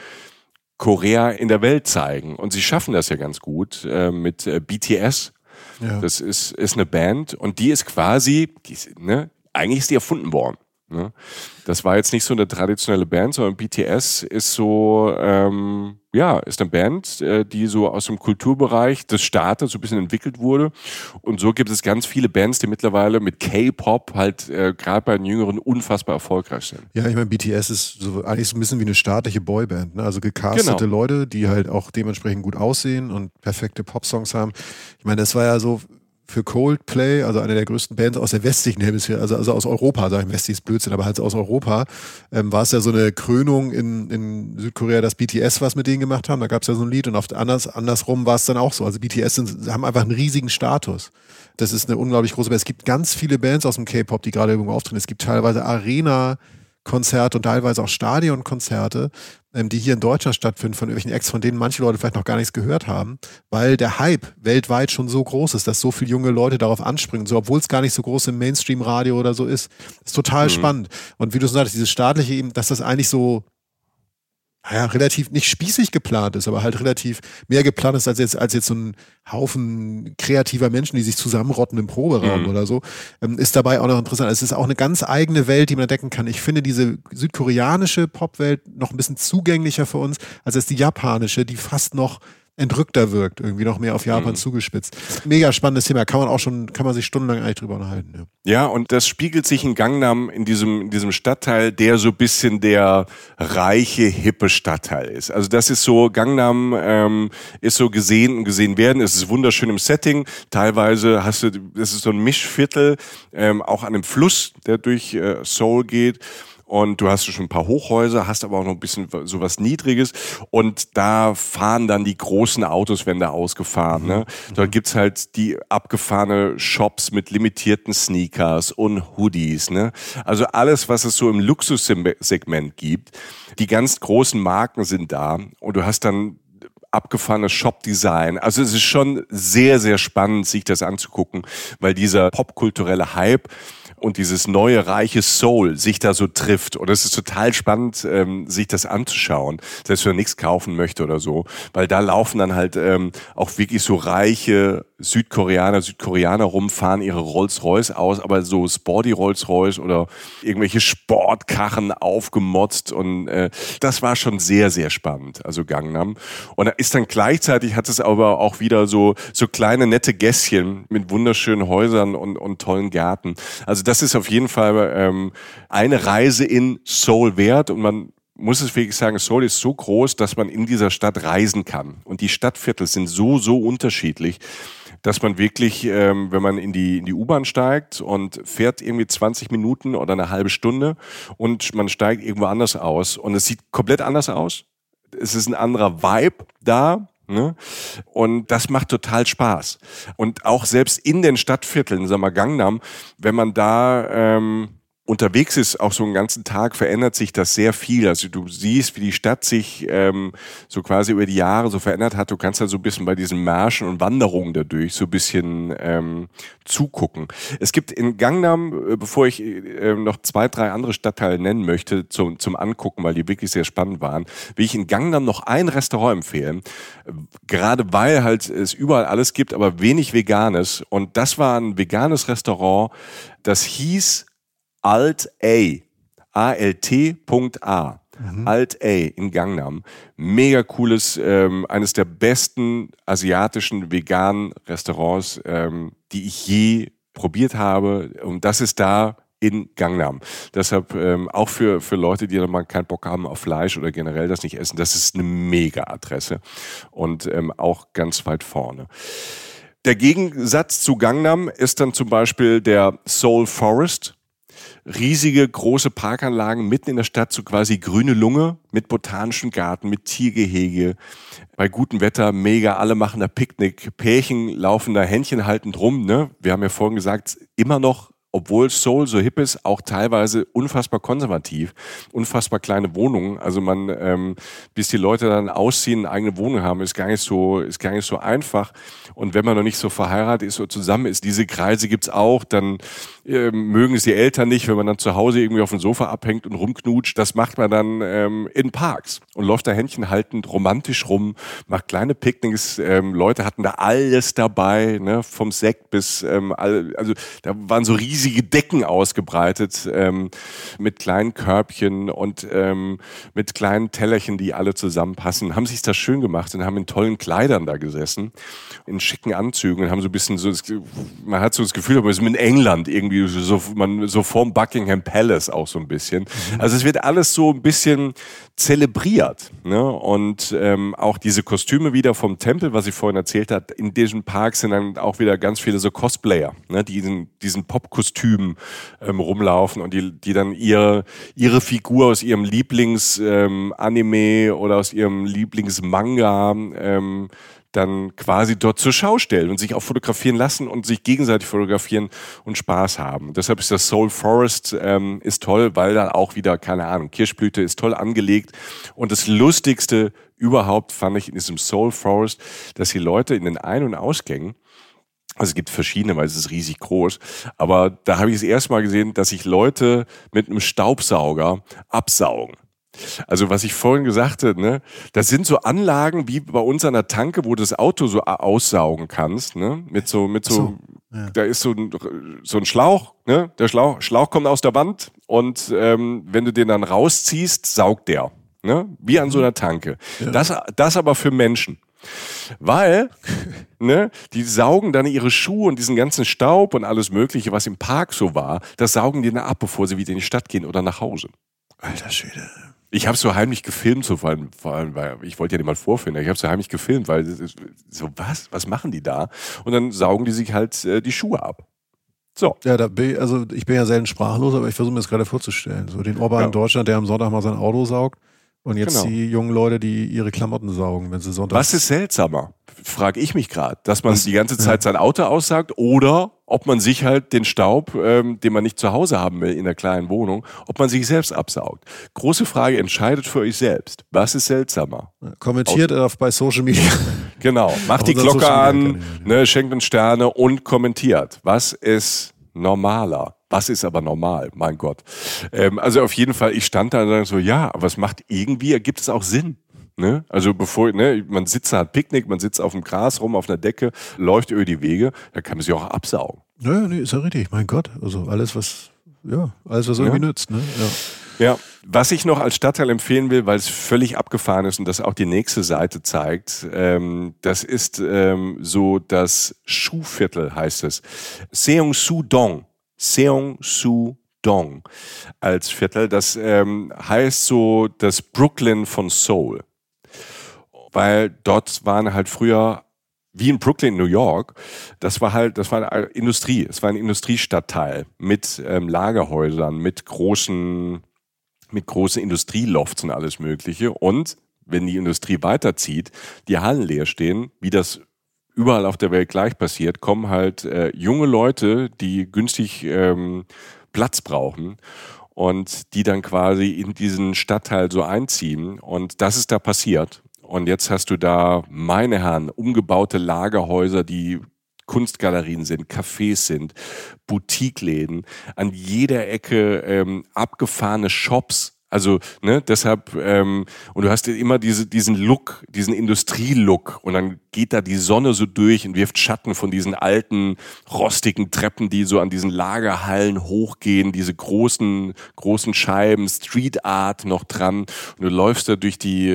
Korea in der Welt zeigen. Und sie schaffen das ja ganz gut mit BTS. Ja. Das ist eine Band und die ist quasi, eigentlich ist die erfunden worden. Ne? Das war jetzt nicht so eine traditionelle Band, sondern BTS ist so, ist eine Band, die so aus dem Kulturbereich des Staates so ein bisschen entwickelt wurde. Und so gibt es ganz viele Bands, die mittlerweile mit K-Pop halt gerade bei den Jüngeren unfassbar erfolgreich sind. Ja, ich meine, BTS ist eigentlich so ein bisschen wie eine staatliche Boyband, ne? Also gecastete Leute, die halt auch dementsprechend gut aussehen und perfekte Popsongs haben. Ich meine, das war ja so für Coldplay, also eine der größten Bands aus der westlichen Hemisphäre, also aus Europa, sag ich, westlich ist Blödsinn, aber halt aus Europa, war es ja so eine Krönung in Südkorea, dass BTS was mit denen gemacht haben, da gab es ja so ein Lied und andersrum war es dann auch so, also BTS haben einfach einen riesigen Status. Das ist eine unglaublich große Band. Es gibt ganz viele Bands aus dem K-Pop, die gerade irgendwo auftreten. Es gibt teilweise Arena-Konzerte und teilweise auch Stadionkonzerte, die hier in Deutschland stattfinden von irgendwelchen Acts, von denen manche Leute vielleicht noch gar nichts gehört haben, weil der Hype weltweit schon so groß ist, dass so viele junge Leute darauf anspringen, so, obwohl es gar nicht so groß im Mainstream-Radio oder so ist. Das ist total spannend. Und wie du sagst, dieses staatliche eben, dass das eigentlich so relativ nicht spießig geplant ist, aber halt relativ mehr geplant ist als jetzt so ein Haufen kreativer Menschen, die sich zusammenrotten im Proberaum oder so, ist dabei auch noch interessant. Es ist auch eine ganz eigene Welt, die man entdecken kann. Ich finde diese südkoreanische Popwelt noch ein bisschen zugänglicher für uns, als die japanische, die fast noch entrückter wirkt, irgendwie noch mehr auf Japan zugespitzt. Mega spannendes Thema, kann man sich stundenlang eigentlich drüber unterhalten. Ja, und das spiegelt sich in Gangnam in diesem Stadtteil, der so ein bisschen der reiche, hippe Stadtteil ist. Also das ist so, Gangnam ist so gesehen und gesehen werden. Es ist wunderschön im Setting. Teilweise das ist so ein Mischviertel, auch an einem Fluss, der durch Seoul geht. Und du hast schon ein paar Hochhäuser, hast aber auch noch ein bisschen sowas Niedriges. Und da fahren dann die großen Autos, werden da ausgefahren. Ne? Dort gibt's halt die abgefahrene Shops mit limitierten Sneakers und Hoodies. Ne? Also alles, was es so im Luxussegment gibt. Die ganz großen Marken sind da. Und du hast dann abgefahrenes Shop-Design. Also es ist schon sehr, sehr spannend, sich das anzugucken, weil dieser popkulturelle Hype und dieses neue, reiche Soul sich da so trifft. Und es ist total spannend, sich das anzuschauen, selbst wenn man nichts kaufen möchte oder so. Weil da laufen dann halt auch wirklich so reiche Südkoreaner rum, fahren ihre Rolls-Royce aus, aber so Sporty Rolls-Royce oder irgendwelche Sportkarren aufgemotzt. Und das war schon sehr, sehr spannend, also Gangnam. Und da ist dann gleichzeitig, hat es aber auch wieder so kleine, nette Gässchen mit wunderschönen Häusern und tollen Gärten. Also das ist auf jeden Fall eine Reise in Seoul wert und man muss es wirklich sagen, Seoul ist so groß, dass man in dieser Stadt reisen kann. Und die Stadtviertel sind so unterschiedlich, dass man wirklich, wenn man in die U-Bahn steigt und fährt irgendwie 20 Minuten oder eine halbe Stunde und man steigt irgendwo anders aus und es sieht komplett anders aus. Es ist ein anderer Vibe da. Ne? Und das macht total Spaß. Und auch selbst in den Stadtvierteln, sagen wir Gangnam, wenn man da unterwegs ist, auch so einen ganzen Tag, verändert sich das sehr viel. Also du siehst, wie die Stadt sich so quasi über die Jahre so verändert hat. Du kannst da so ein bisschen bei diesen Märschen und Wanderungen dadurch so ein bisschen zugucken. Es gibt in Gangnam, bevor ich noch 2, 3 andere Stadtteile nennen möchte, zum Angucken, weil die wirklich sehr spannend waren, will ich in Gangnam noch ein Restaurant empfehlen. Gerade weil halt es überall alles gibt, aber wenig Veganes. Und das war ein veganes Restaurant, das hieß Alt-A. A-L-T.A. Alt-A in Gangnam. Mega cooles, eines der besten asiatischen veganen Restaurants, die ich je probiert habe. Und das ist da in Gangnam. Deshalb auch für Leute, die dann mal keinen Bock haben auf Fleisch oder generell das nicht essen, das ist eine Mega-Adresse und auch ganz weit vorne. Der Gegensatz zu Gangnam ist dann zum Beispiel der Seoul Forest. Riesige, große Parkanlagen mitten in der Stadt, so quasi grüne Lunge mit botanischem Garten, mit Tiergehege. Bei gutem Wetter mega, alle machen da Picknick. Pärchen laufen da Händchen haltend rum. Ne? Wir haben ja vorhin gesagt, immer noch, obwohl Seoul so hip ist, auch teilweise unfassbar konservativ, unfassbar kleine Wohnungen. Also bis die Leute dann ausziehen, eine eigene Wohnung haben, ist gar nicht so einfach. Und wenn man noch nicht so verheiratet ist oder zusammen ist, diese Kreise gibt's auch, dann mögen es die Eltern nicht, wenn man dann zu Hause irgendwie auf dem Sofa abhängt und rumknutscht. Das macht man dann in Parks und läuft da Händchen haltend romantisch rum, macht kleine Picknicks. Leute hatten da alles dabei, ne, vom Sekt bis also da waren so riesige Decken ausgebreitet mit kleinen Körbchen und mit kleinen Tellerchen, die alle zusammenpassen. Haben sich das schön gemacht und haben in tollen Kleidern da gesessen, in schicken Anzügen und haben so ein bisschen so, man hat so das Gefühl, man ist in England irgendwie so vorm Buckingham Palace auch so ein bisschen. Also es wird alles so ein bisschen zelebriert, ne? Und auch diese Kostüme wieder vom Tempel, was ich vorhin erzählt habe, in diesen Parks sind dann auch wieder ganz viele so Cosplayer, ne? Die in diesen Popkostümen rumlaufen und die dann ihre Figur aus ihrem Lieblings-Anime oder aus ihrem Lieblings-Manga dann quasi dort zur Schau stellen und sich auch fotografieren lassen und sich gegenseitig fotografieren und Spaß haben. Deshalb ist das Seoul Forest ist toll, weil da auch wieder, keine Ahnung, Kirschblüte ist toll angelegt. Und das Lustigste überhaupt fand ich in diesem Seoul Forest, dass die Leute in den Ein- und Ausgängen, also es gibt verschiedene, weil es ist riesig groß, aber da habe ich das erste Mal gesehen, dass sich Leute mit einem Staubsauger absaugen. Also was ich vorhin gesagt habe, ne, das sind so Anlagen wie bei uns an der Tanke, wo du das Auto so aussaugen kannst, ne, mit so, ja. Da ist so ein Schlauch, ne, der Schlauch kommt aus der Wand und wenn du den dann rausziehst, saugt der, ne, wie an so einer Tanke. Ja. Das aber für Menschen. Weil, ne, die saugen dann ihre Schuhe und diesen ganzen Staub und alles Mögliche, was im Park so war, das saugen die dann ab, bevor sie wieder in die Stadt gehen oder nach Hause. Alter Schwede. Ich habe so heimlich gefilmt, vor allem, weil ich wollte ja nicht mal vorführen, ich habe so heimlich gefilmt, weil so was machen die da? Und dann saugen die sich halt die Schuhe ab. So. Ja, ich bin ja selten sprachlos, aber ich versuche mir das gerade vorzustellen. So den Opa in Deutschland, der am Sonntag mal sein Auto saugt und jetzt die jungen Leute, die ihre Klamotten saugen, wenn sie Sonntag... Was ist seltsamer, frage ich mich gerade, dass man die ganze Zeit sein Auto aussaugt oder ob man sich halt den Staub, den man nicht zu Hause haben will in der kleinen Wohnung, ob man sich selbst absaugt. Große Frage, entscheidet für euch selbst. Was ist seltsamer? Kommentiert bei Social Media. Genau, macht die Glocke an, ne, schenkt uns Sterne und kommentiert. Was ist normaler? Was ist aber normal? Mein Gott. Also auf jeden Fall, ich stand da und dachte so, ja, aber es macht irgendwie, ergibt es auch Sinn. Ne? Also man sitzt da, hat Picknick, man sitzt auf dem Gras rum, auf einer Decke, läuft über die Wege, da kann man sich auch absaugen. Nee, ist ja richtig, mein Gott. Also alles, was irgendwie nützt. Ne? Ja, was ich noch als Stadtteil empfehlen will, weil es völlig abgefahren ist und das auch die nächste Seite zeigt, das ist so das Schuhviertel, heißt es. Seongsu-dong als Viertel. Das heißt so das Brooklyn von Seoul. Weil dort waren halt früher, wie in Brooklyn, New York, das war eine Industrie, es war ein Industriestadtteil mit Lagerhäusern, mit großen Industrielofts und alles Mögliche. Und wenn die Industrie weiterzieht, die Hallen leer stehen, wie das überall auf der Welt gleich passiert, kommen halt junge Leute, die günstig Platz brauchen und die dann quasi in diesen Stadtteil so einziehen. Und das ist da passiert. Und jetzt hast du da, meine Herren, umgebaute Lagerhäuser, die Kunstgalerien sind, Cafés sind, Boutiqueläden, an jeder Ecke abgefahrene Shops. Also, ne, deshalb, und du hast immer diesen Look, diesen Industrielook und dann geht da die Sonne so durch und wirft Schatten von diesen alten, rostigen Treppen, die so an diesen Lagerhallen hochgehen, diese großen Scheiben, Street Art noch dran und du läufst da durch die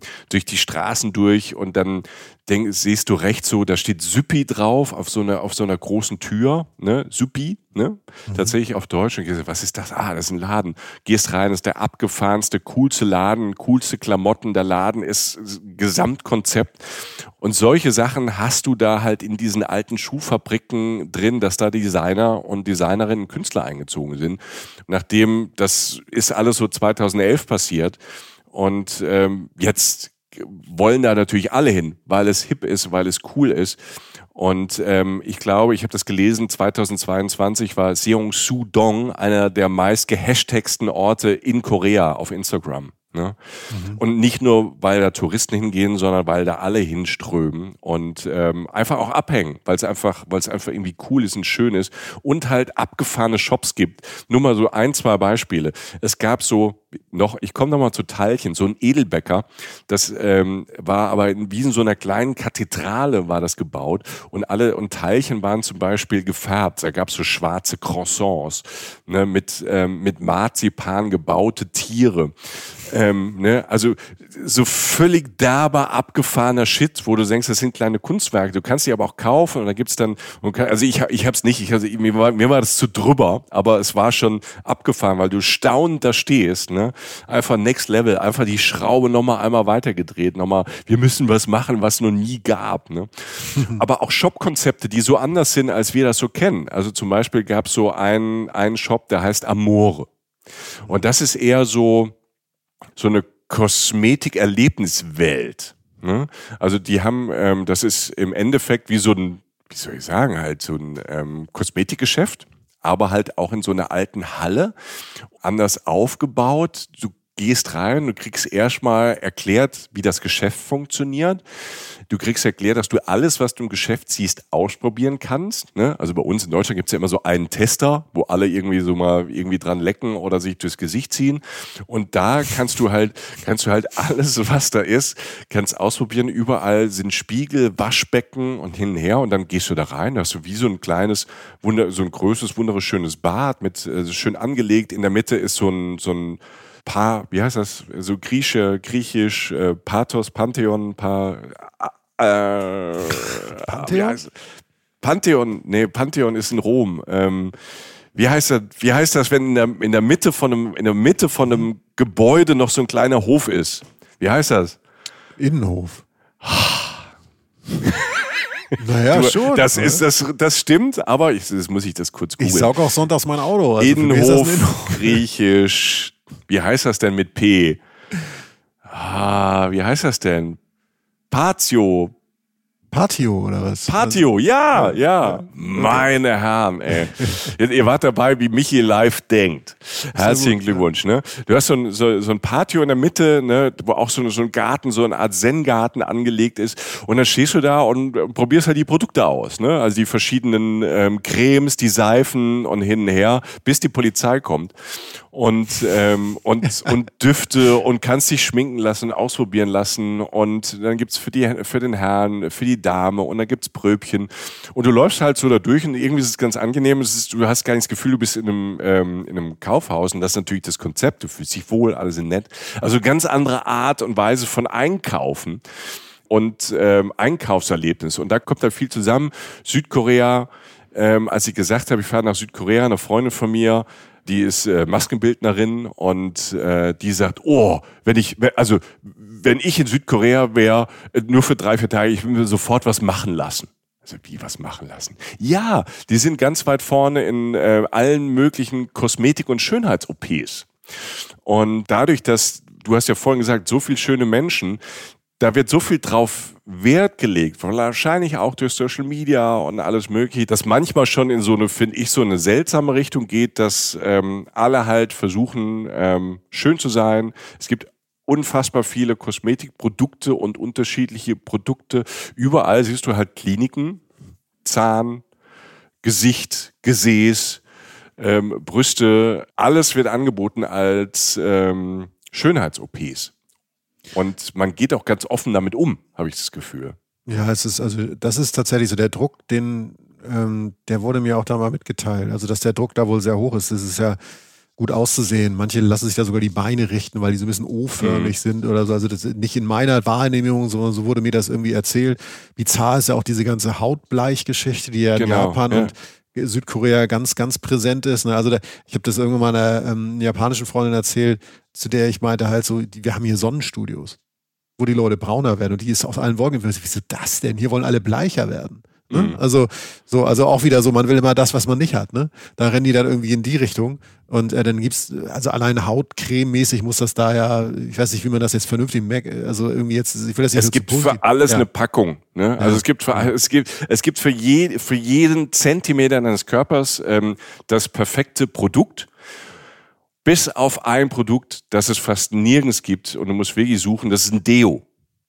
Straßen durch und dann siehst du rechts so, da steht Süppi drauf auf so einer großen Tür, ne, Süppi, ne, tatsächlich auf Deutsch. Und ich so, was ist das? Das ist ein Laden. Gehst rein, das ist der abgefahrenste, coolste Laden, coolste Klamotten. Der Laden ist Gesamtkonzept. Und solche Sachen hast du da halt in diesen alten Schuhfabriken drin, dass da Designer und Designerinnen, Künstler eingezogen sind. Nachdem, das ist alles so 2011 passiert und jetzt wollen da natürlich alle hin, weil es hip ist, weil es cool ist. Und ich glaube, ich habe das gelesen, 2022 war Seongsu-dong einer der meist gehashtagsten Orte in Korea auf Instagram. Ne? Und nicht nur, weil da Touristen hingehen, sondern weil da alle hinströmen und einfach auch abhängen, weil es einfach irgendwie cool ist und schön ist und halt abgefahrene Shops gibt. Nur mal so 2 Beispiele. Es gab ich komme noch mal zu Teilchen, so ein Edelbäcker, das war aber wie in so einer kleinen Kathedrale war das gebaut und Teilchen waren zum Beispiel gefärbt. Da gab es so schwarze Croissants, ne, mit Marzipan gebaute Tiere. Ne, also so völlig derber abgefahrener Shit, wo du denkst, das sind kleine Kunstwerke. Du kannst die aber auch kaufen und da gibt's dann, also ich hab's nicht, mir war das zu drüber, aber es war schon abgefahren, weil du staunend da stehst, ne? Einfach Next Level, einfach die Schraube nochmal einmal weitergedreht, wir müssen was machen, was noch nie gab, ne? Aber auch Shop-Konzepte, die so anders sind, als wir das so kennen. Also zum Beispiel gab's so einen Shop, der heißt Amore. Und das ist eher so eine Kosmetik-Erlebniswelt. Ne? Also die haben, das ist im Endeffekt wie so ein, wie soll ich sagen, halt so ein Kosmetikgeschäft, aber halt auch in so einer alten Halle, anders aufgebaut. Du gehst rein, du kriegst erstmal erklärt, wie das Geschäft funktioniert. Du kriegst erklärt, dass du alles, was du im Geschäft siehst, ausprobieren kannst. Ne? Also bei uns in Deutschland gibt es ja immer so einen Tester, wo alle irgendwie so mal irgendwie dran lecken oder sich durchs Gesicht ziehen. Und da kannst du halt alles, was da ist, kannst ausprobieren. Überall sind Spiegel, Waschbecken und hin und her. Und dann gehst du da rein, da hast du wie so ein kleines, so ein größeres, wunderschönes Bad mit schön angelegt. In der Mitte ist so ein wie heißt das? So griechisch, Pathos, Pantheon, Pantheon? Pantheon ist in Rom. Wie heißt das, wenn in der Mitte von einem Gebäude noch so ein kleiner Hof ist? Wie heißt das? Innenhof. Naja, schon. Das stimmt, aber jetzt muss ich das kurz googeln. Ich saug auch sonntags mein Auto. Also Innenhof, griechisch. Wie heißt das denn mit P? Wie heißt das denn? Patio oder was? Patio, ja. Meine Herren, ey. Ihr wart dabei, wie Michi live denkt. Herzlichen Glückwunsch, ne? Du hast so ein Patio in der Mitte, ne, wo auch so ein Garten, so eine Art Zen-Garten angelegt ist. Und dann stehst du da und probierst halt die Produkte aus, ne? Also die verschiedenen Cremes, die Seifen und hin und her, bis die Polizei kommt. Und Düfte und kannst dich schminken lassen, ausprobieren lassen. Und dann gibt's für den Herrn, für die Dame und dann gibt's Pröbchen und du läufst halt so da durch und irgendwie ist es ganz angenehm, du hast gar nicht das Gefühl, du bist in einem Kaufhaus und das ist natürlich das Konzept, du fühlst dich wohl, alle sind nett. Also ganz andere Art und Weise von Einkaufen und Einkaufserlebnis und da kommt da viel zusammen. Südkorea, als ich gesagt habe, ich fahre nach Südkorea, eine Freundin von mir, die ist Maskenbildnerin und die sagt, wenn ich in Südkorea wäre, nur für 3-4 Tage, ich würde mir sofort was machen lassen. Also wie was machen lassen? Ja, die sind ganz weit vorne in allen möglichen Kosmetik- und Schönheits-OPs. Und dadurch, dass, du hast ja vorhin gesagt, so viele schöne Menschen, da wird so viel drauf Wert gelegt, wahrscheinlich auch durch Social Media und alles Mögliche, dass manchmal schon in so eine, finde ich, so eine seltsame Richtung geht, dass alle halt versuchen, schön zu sein. Es gibt unfassbar viele Kosmetikprodukte und unterschiedliche Produkte. Überall siehst du halt Kliniken, Zahn, Gesicht, Gesäß, Brüste, alles wird angeboten als Schönheits-OPs. Und man geht auch ganz offen damit um, habe ich das Gefühl. Ja, das ist tatsächlich so der Druck, der wurde mir auch da mal mitgeteilt. Also, dass der Druck da wohl sehr hoch ist. Das ist ja gut auszusehen. Manche lassen sich da sogar die Beine richten, weil die so ein bisschen O-förmig sind oder so. Also das ist nicht in meiner Wahrnehmung, sondern so wurde mir das irgendwie erzählt. Bizarr ist ja auch diese ganze Hautbleichgeschichte, die ja in Japan und Südkorea ganz, ganz präsent ist. Ne? Also ich habe das irgendwann mal einer japanischen Freundin erzählt, zu der ich meinte halt so, wir haben hier Sonnenstudios, wo die Leute brauner werden und die ist auf allen Wolken. Wieso das denn? Hier wollen alle bleicher werden. Ne? Mhm. Also auch wieder so, man will immer das, was man nicht hat. Ne? Da rennen die dann irgendwie in die Richtung. Und dann gibt's, also allein Hautcreme-mäßig muss das da ja, ich weiß nicht, wie man das jetzt vernünftig merkt, also irgendwie jetzt, ich will das jetzt. Es gibt für alles eine Packung. Ne? Also es gibt für jeden Zentimeter deines Körpers das perfekte Produkt. Bis auf ein Produkt, das es fast nirgends gibt und du musst wirklich suchen, das ist ein Deo.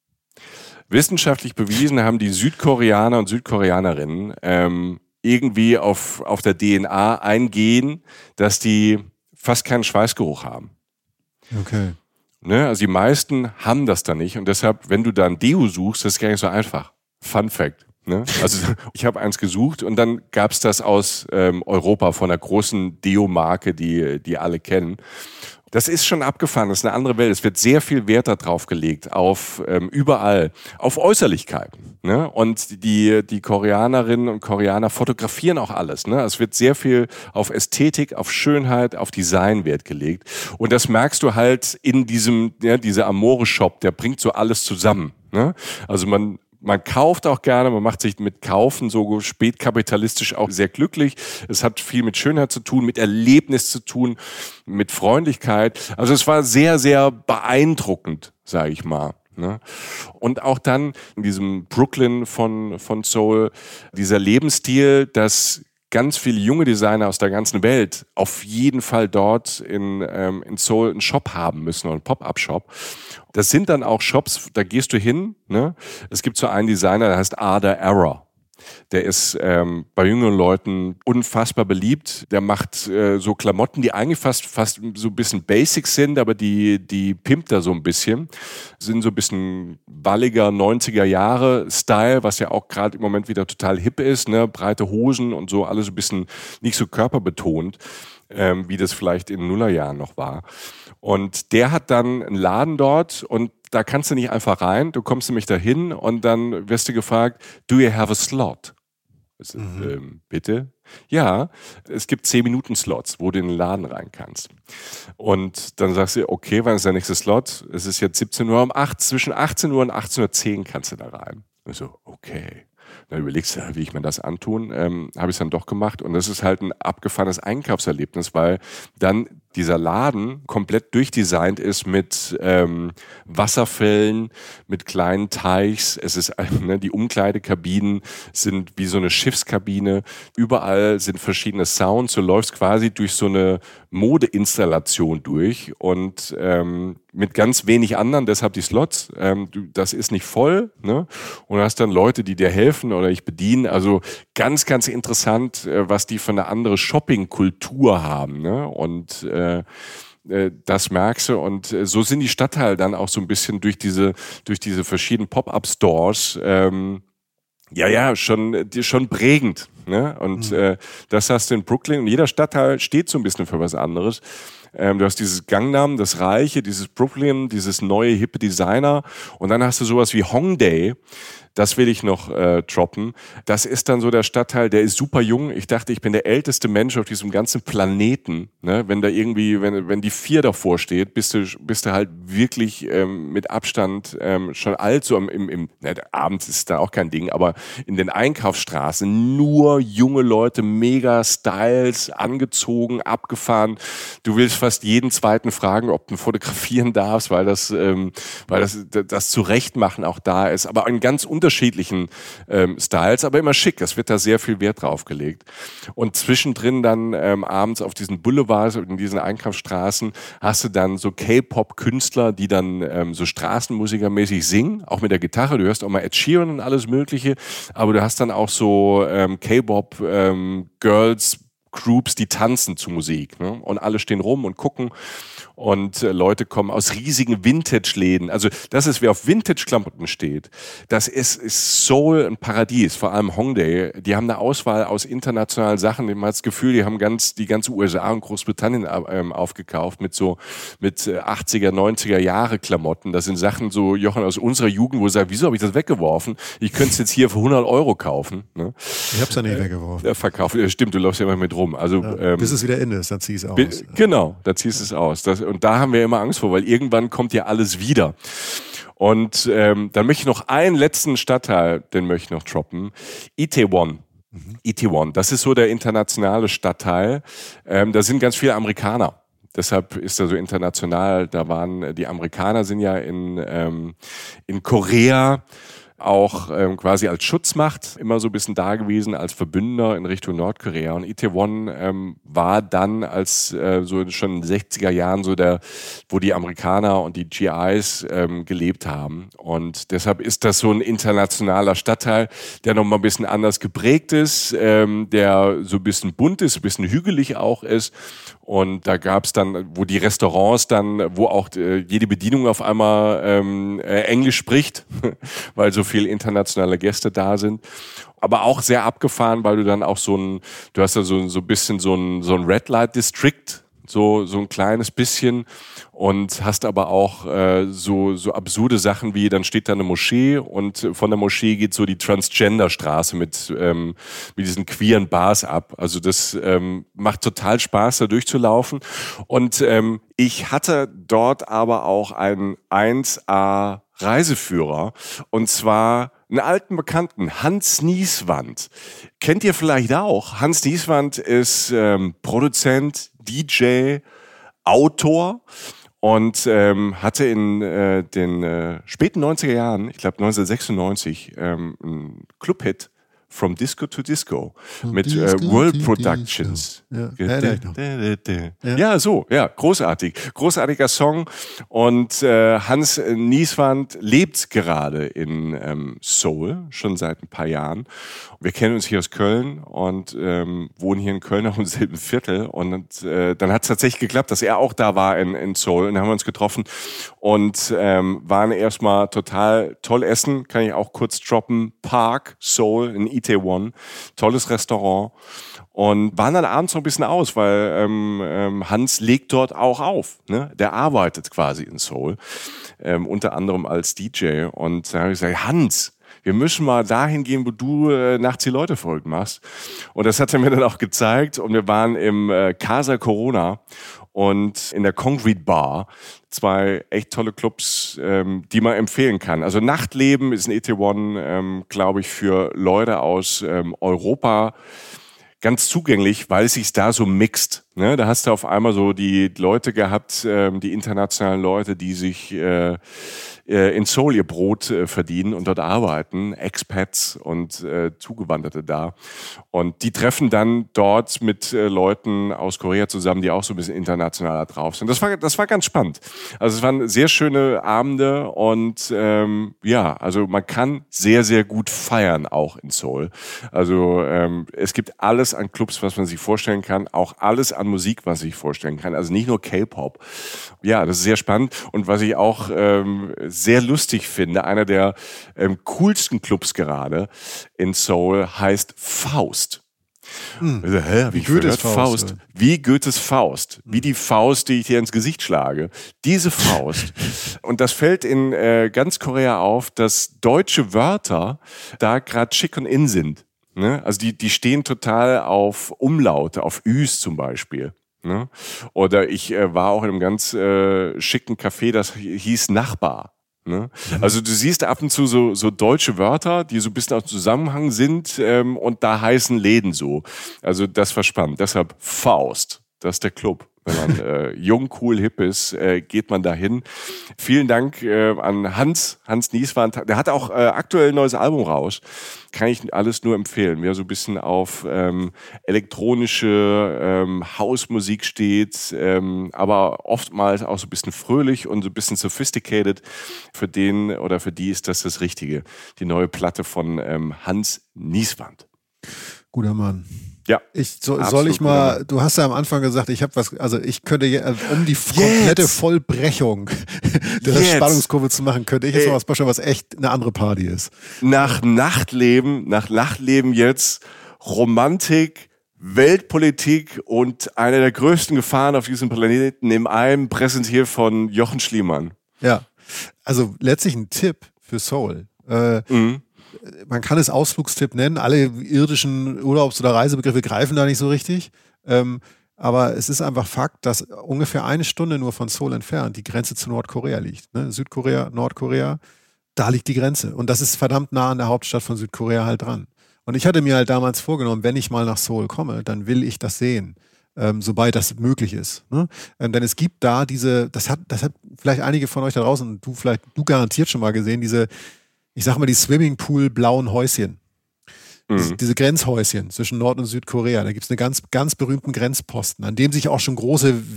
Wissenschaftlich bewiesen haben die Südkoreaner und Südkoreanerinnen irgendwie auf der DNA ein Gen, dass die fast keinen Schweißgeruch haben. Okay. Ne? Also die meisten haben das da nicht und deshalb, wenn du da ein Deo suchst, das ist gar nicht so einfach. Fun Fact. Ne? Also ich habe eins gesucht und dann gab's das aus Europa von einer großen Deo-Marke, die alle kennen. Das ist schon abgefahren, das ist eine andere Welt. Es wird sehr viel Wert darauf gelegt, auf überall, auf Äußerlichkeiten. Ne? Und die Koreanerinnen und Koreaner fotografieren auch alles. Ne? Es wird sehr viel auf Ästhetik, auf Schönheit, auf Design Wert gelegt. Und das merkst du halt in dieser Amore-Shop, der bringt so alles zusammen. Ne? Also man kauft auch gerne, man macht sich mit Kaufen so spätkapitalistisch auch sehr glücklich. Es hat viel mit Schönheit zu tun, mit Erlebnis zu tun, mit Freundlichkeit. Also es war sehr, sehr beeindruckend, sage ich mal. Ne? Und auch dann in diesem Brooklyn von Seoul, dieser Lebensstil, dass ganz viele junge Designer aus der ganzen Welt auf jeden Fall dort in Seoul einen Shop haben müssen oder einen Pop-Up-Shop. Das sind dann auch Shops, da gehst du hin. Ne? Es gibt so einen Designer, der heißt Ada Error. Der ist bei jüngeren Leuten unfassbar beliebt. Der macht so Klamotten, die eigentlich fast so ein bisschen basic sind, aber die pimpt er so ein bisschen. Sind so ein bisschen balliger 90er Jahre Style, was ja auch gerade im Moment wieder total hip ist. Ne? Breite Hosen und so, alles so ein bisschen nicht so körperbetont, wie das vielleicht in den Nullerjahren noch war. Und der hat dann einen Laden dort und da kannst du nicht einfach rein, du kommst nämlich dahin und dann wirst du gefragt, do you have a slot? Also, bitte? Ja, es gibt 10-Minuten-Slots, wo du in den Laden rein kannst. Und dann sagst du, okay, wann ist der nächste Slot? Es ist jetzt 17 Uhr, zwischen 18 Uhr und 18.10 Uhr kannst du da rein. Und so, okay. Dann überlegst du, wie ich mir das antun, habe ich es dann doch gemacht und das ist halt ein abgefahrenes Einkaufserlebnis, weil dann dieser Laden komplett durchdesignt ist mit Wasserfällen, mit kleinen Teichs. Es ist die Umkleidekabinen sind wie so eine Schiffskabine. Überall sind verschiedene Sounds. Du läufst quasi durch so eine Modeinstallation durch und mit ganz wenig anderen, deshalb die Slots. Das ist nicht voll, ne? Und du hast dann Leute, die dir helfen oder dich bedienen. Also ganz, ganz interessant, was die für eine andere Shopping-Kultur haben, ne? Und das merkst du und so sind die Stadtteile dann auch so ein bisschen durch diese verschiedenen Pop-up-Stores schon prägend. Ne? Und das hast du in Brooklyn und jeder Stadtteil steht so ein bisschen für was anderes. Du hast dieses Gangnam, das Reiche, dieses Brooklyn, dieses neue hippe Designer und dann hast du sowas wie Hongdae. Das will ich noch droppen. Das ist dann so der Stadtteil, der ist super jung. Ich dachte, ich bin der älteste Mensch auf diesem ganzen Planeten. Ne? Wenn da irgendwie, wenn die 4 davor steht, bist du halt wirklich mit Abstand schon alt. So abends ist da auch kein Ding, aber in den Einkaufsstraßen nur junge Leute, mega Styles, angezogen, abgefahren. Du willst fast jeden zweiten fragen, ob du fotografieren darfst, weil das Zurechtmachen auch da ist. Aber in ganz unterschiedlichen Styles, aber immer schick. Es wird da sehr viel Wert drauf gelegt. Und zwischendrin dann abends auf diesen Boulevards, in diesen Einkaufsstraßen, hast du dann so K-Pop-Künstler, die dann so straßenmusikermäßig singen, auch mit der Gitarre. Du hörst auch mal Ed Sheeran und alles Mögliche. Aber du hast dann auch so K-Pop Girls Groups, die tanzen zu Musik, ne? Und alle stehen rum und gucken und Leute kommen aus riesigen Vintage-Läden. Also das ist, wer auf Vintage-Klamotten steht, das ist Seoul ein Paradies, vor allem Hongdae. Die haben eine Auswahl aus internationalen Sachen. Man hat das Gefühl, die haben die ganze USA und Großbritannien aufgekauft mit 80er, 90er Jahre Klamotten. Das sind Sachen so, Jochen, aus unserer Jugend, wo ich sage, wieso habe ich das weggeworfen? Ich könnte es jetzt hier für 100 € kaufen. Ne? Ich habe es ja nicht weggeworfen. Verkauft. Stimmt, du läufst ja immer mit rum. Also, bis es wieder in ist, dann zieh ich es aus. Genau, da ziehst du es aus. Und da haben wir immer Angst vor, weil irgendwann kommt ja alles wieder. Und dann möchte ich noch einen letzten Stadtteil, den möchte ich noch droppen. Itaewon. Itaewon, das ist so der internationale Stadtteil. Da sind ganz viele Amerikaner. Deshalb ist er so international. Die Amerikaner sind ja in Korea auch quasi als Schutzmacht immer so ein bisschen da gewesen, als Verbündeter in Richtung Nordkorea. Und Itaewon war dann als so schon in den 60er Jahren so wo die Amerikaner und die GIs gelebt haben. Und deshalb ist das so ein internationaler Stadtteil, der nochmal ein bisschen anders geprägt ist, der so ein bisschen bunt ist, ein bisschen hügelig auch ist. Und da gab's dann, wo die Restaurants dann, wo auch jede Bedienung auf einmal Englisch spricht, weil so viele internationale Gäste da sind. Aber auch sehr abgefahren, weil du dann auch du hast ja so ein bisschen so ein Red Light District, so ein kleines bisschen, und hast aber auch so absurde Sachen wie, dann steht da eine Moschee und von der Moschee geht so die Transgender-Straße mit diesen queeren Bars ab. Also das macht total Spaß, da durchzulaufen. Und ich hatte dort aber auch einen 1A Reiseführer, und zwar einen alten Bekannten, Hans Nieswand. Kennt ihr vielleicht auch? Hans Nieswand ist Produzent, DJ, Autor und hatte in den späten 90er Jahren, ich glaube 1996, einen Clubhit, From Disco to Disco, mit World Productions. Ja, großartig. Großartiger Song. Und Hans Nieswand lebt gerade in Seoul, schon seit ein paar Jahren. Wir kennen uns hier aus Köln und wohnen hier in Köln auch im selben Viertel. Und dann hat es tatsächlich geklappt, dass er auch da war in Seoul. Und dann haben wir uns getroffen und waren erstmal total toll essen. Kann ich auch kurz droppen. Park Seoul in Itaewon. Tolles Restaurant. Und waren dann abends noch ein bisschen aus, weil Hans legt dort auch auf. Ne? Der arbeitet quasi in Seoul. Unter anderem als DJ. Und da habe ich gesagt, Hans, wir müssen mal dahin gehen, wo du nachts die Leute verrückt machst. Und das hat er mir dann auch gezeigt. Und wir waren im Casa Corona und in der Concrete Bar. 2 echt tolle Clubs, die man empfehlen kann. Also Nachtleben ist in Itaewon, glaube ich, für Leute aus Europa ganz zugänglich, weil es sich da so mixt. Ne? Da hast du auf einmal so die Leute gehabt, die internationalen Leute, die sich in Seoul ihr Brot verdienen und dort arbeiten, Expats und Zugewanderte da. Und die treffen dann dort mit Leuten aus Korea zusammen, die auch so ein bisschen internationaler drauf sind. Das war ganz spannend. Also es waren sehr schöne Abende und also man kann sehr, sehr gut feiern auch in Seoul. Also es gibt alles an Clubs, was man sich vorstellen kann, auch alles an Musik, was man sich vorstellen kann. Also nicht nur K-Pop. Ja, das ist sehr spannend. Und was ich auch sehr lustig finde, einer der coolsten Clubs gerade in Seoul heißt Faust. Wie Goethes Faust. Wie Goethes Faust. Wie die Faust, die ich dir ins Gesicht schlage. Diese Faust. Und das fällt in ganz Korea auf, dass deutsche Wörter da gerade schick und in sind. Ne? Also die stehen total auf Umlaute, auf Üs zum Beispiel. Ne? Oder ich war auch in einem ganz schicken Café, das hieß Nachbar. Ne? Also du siehst ab und zu so deutsche Wörter, die so ein bisschen aus Zusammenhang sind und da heißen Läden so. Also das war spannend. Deshalb Faust, das ist der Club. Wenn man jung, cool, hip ist, geht man dahin. Vielen Dank an Hans Nieswand. Der hat auch aktuell ein neues Album raus. Kann ich alles nur empfehlen. Wer so ein bisschen auf elektronische Hausmusik steht, aber oftmals auch so ein bisschen fröhlich und so ein bisschen sophisticated, für den oder für die ist das Richtige. Die neue Platte von Hans Nieswand. Guter Mann. Ja. Soll ich mal, du hast ja am Anfang gesagt, ich könnte um die komplette Vollbrechung der Spannungskurve zu machen, könnte ich jetzt mal was beispielsweise, was echt eine andere Party ist. Nach Nachtleben jetzt Romantik, Weltpolitik und eine der größten Gefahren auf diesem Planeten in einem präsentiert von Jochen Schliemann. Ja, also letztlich ein Tipp für Soul. Man kann es Ausflugstipp nennen. Alle irdischen Urlaubs- oder Reisebegriffe greifen da nicht so richtig. Aber es ist einfach Fakt, dass ungefähr 1 Stunde nur von Seoul entfernt die Grenze zu Nordkorea liegt. Ne? Südkorea, Nordkorea, da liegt die Grenze. Und das ist verdammt nah an der Hauptstadt von Südkorea halt dran. Und ich hatte mir halt damals vorgenommen, wenn ich mal nach Seoul komme, dann will ich das sehen. Sobald das möglich ist. Ne? Denn es gibt da das hat vielleicht einige von euch da draußen, du garantiert schon mal gesehen, ich sag mal, die Swimmingpool-blauen Häuschen. Diese Grenzhäuschen zwischen Nord- und Südkorea. Da gibt es einen ganz, ganz berühmten Grenzposten, an dem sich auch schon große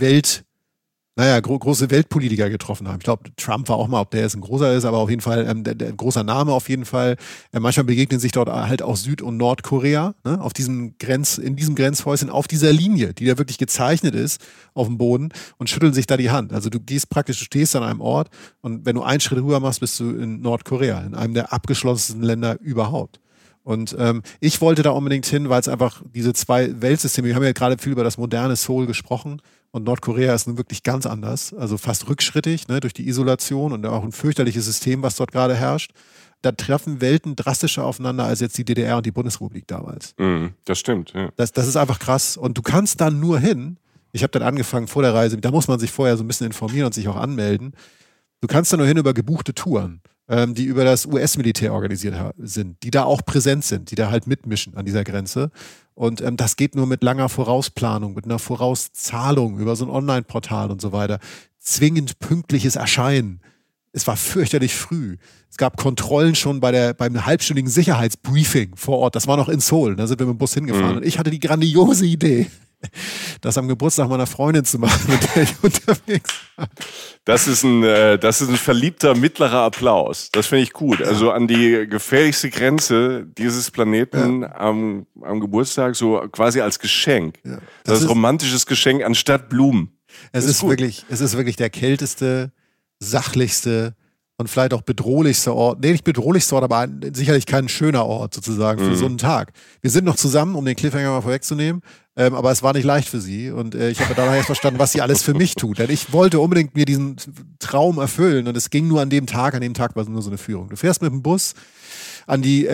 Weltpolitiker getroffen haben. Ich glaube, Trump war auch mal, ob der jetzt ein großer ist, aber auf jeden Fall ein großer Name auf jeden Fall. Manchmal begegnen sich dort halt auch Süd- und Nordkorea, ne, in diesem Grenzhäuschen, auf dieser Linie, die da wirklich gezeichnet ist auf dem Boden, und schütteln sich da die Hand. Also du stehst an einem Ort, und wenn du einen Schritt rüber machst, bist du in Nordkorea, in einem der abgeschlossensten Länder überhaupt. Und ich wollte da unbedingt hin, weil es einfach diese 2 Weltsysteme, wir haben ja gerade viel über das moderne Seoul gesprochen, und Nordkorea ist nun wirklich ganz anders, also fast rückschrittig, ne, durch die Isolation und auch ein fürchterliches System, was dort gerade herrscht. Da treffen Welten drastischer aufeinander als jetzt die DDR und die Bundesrepublik damals. Das stimmt, ja. Das ist einfach krass. Und du kannst dann nur hin, ich habe dann angefangen vor der Reise, da muss man sich vorher so ein bisschen informieren und sich auch anmelden. Du kannst dann nur hin über gebuchte Touren, die über das US-Militär organisiert sind, die da auch präsent sind, die da halt mitmischen an dieser Grenze. Und das geht nur mit langer Vorausplanung, mit einer Vorauszahlung über so ein Online-Portal und so weiter. Zwingend pünktliches Erscheinen. Es war fürchterlich früh. Es gab Kontrollen schon beim halbstündigen Sicherheitsbriefing vor Ort. Das war noch in Seoul. Da sind wir mit dem Bus hingefahren. Und ich hatte die grandiose Idee, das am Geburtstag meiner Freundin zu machen, mit der ich unterwegs war. Das ist ein verliebter mittlerer Applaus. Das finde ich gut. Also an die gefährlichste Grenze dieses Planeten am Geburtstag, so quasi als Geschenk. Ja. Das ist romantisches Geschenk anstatt Blumen. Es ist wirklich der kälteste, sachlichste und vielleicht auch bedrohlichster Ort. Nee, nicht bedrohlichster Ort, aber sicherlich kein schöner Ort sozusagen für so einen Tag. Wir sind noch zusammen, um den Cliffhanger mal vorwegzunehmen. Aber es war nicht leicht für sie, und ich habe danach erst verstanden, was sie alles für mich tut. Denn ich wollte unbedingt mir diesen Traum erfüllen, und es ging nur an dem Tag war es nur so eine Führung. Du fährst mit dem Bus an die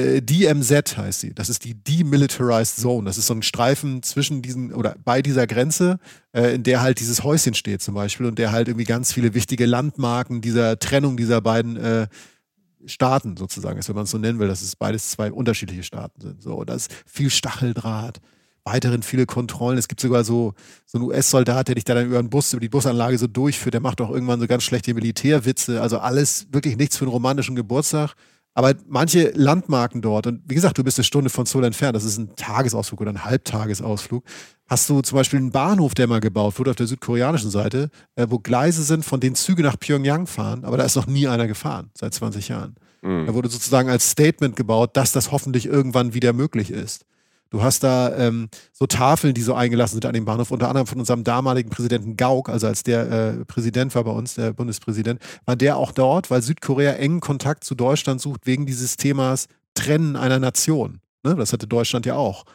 DMZ, heißt sie. Das ist die Demilitarized Zone. Das ist so ein Streifen zwischen bei dieser Grenze, in der halt dieses Häuschen steht zum Beispiel, und der halt irgendwie ganz viele wichtige Landmarken dieser Trennung dieser beiden Staaten sozusagen ist, wenn man es so nennen will, dass es beides 2 unterschiedliche Staaten sind. So, da ist viel Stacheldraht, weiterhin viele Kontrollen. Es gibt sogar so einen US-Soldat, der dich da dann über die Busanlage so durchführt. Der macht auch irgendwann so ganz schlechte Militärwitze. Also alles wirklich nichts für einen romantischen Geburtstag. Aber manche Landmarken dort, und wie gesagt, du bist 1 Stunde von Seoul entfernt, das ist ein Tagesausflug oder ein Halbtagesausflug, hast du zum Beispiel einen Bahnhof, der mal gebaut wurde auf der südkoreanischen Seite, wo Gleise sind, von denen Züge nach Pyongyang fahren, aber da ist noch nie einer gefahren, seit 20 Jahren. Da wurde sozusagen als Statement gebaut, dass das hoffentlich irgendwann wieder möglich ist. Du hast da so Tafeln, die so eingelassen sind an dem Bahnhof, unter anderem von unserem damaligen Präsidenten Gauck, also als der Präsident war bei uns, der Bundespräsident, war der auch dort, weil Südkorea engen Kontakt zu Deutschland sucht, wegen dieses Themas Trennen einer Nation. Ne? Das hatte Deutschland ja auch.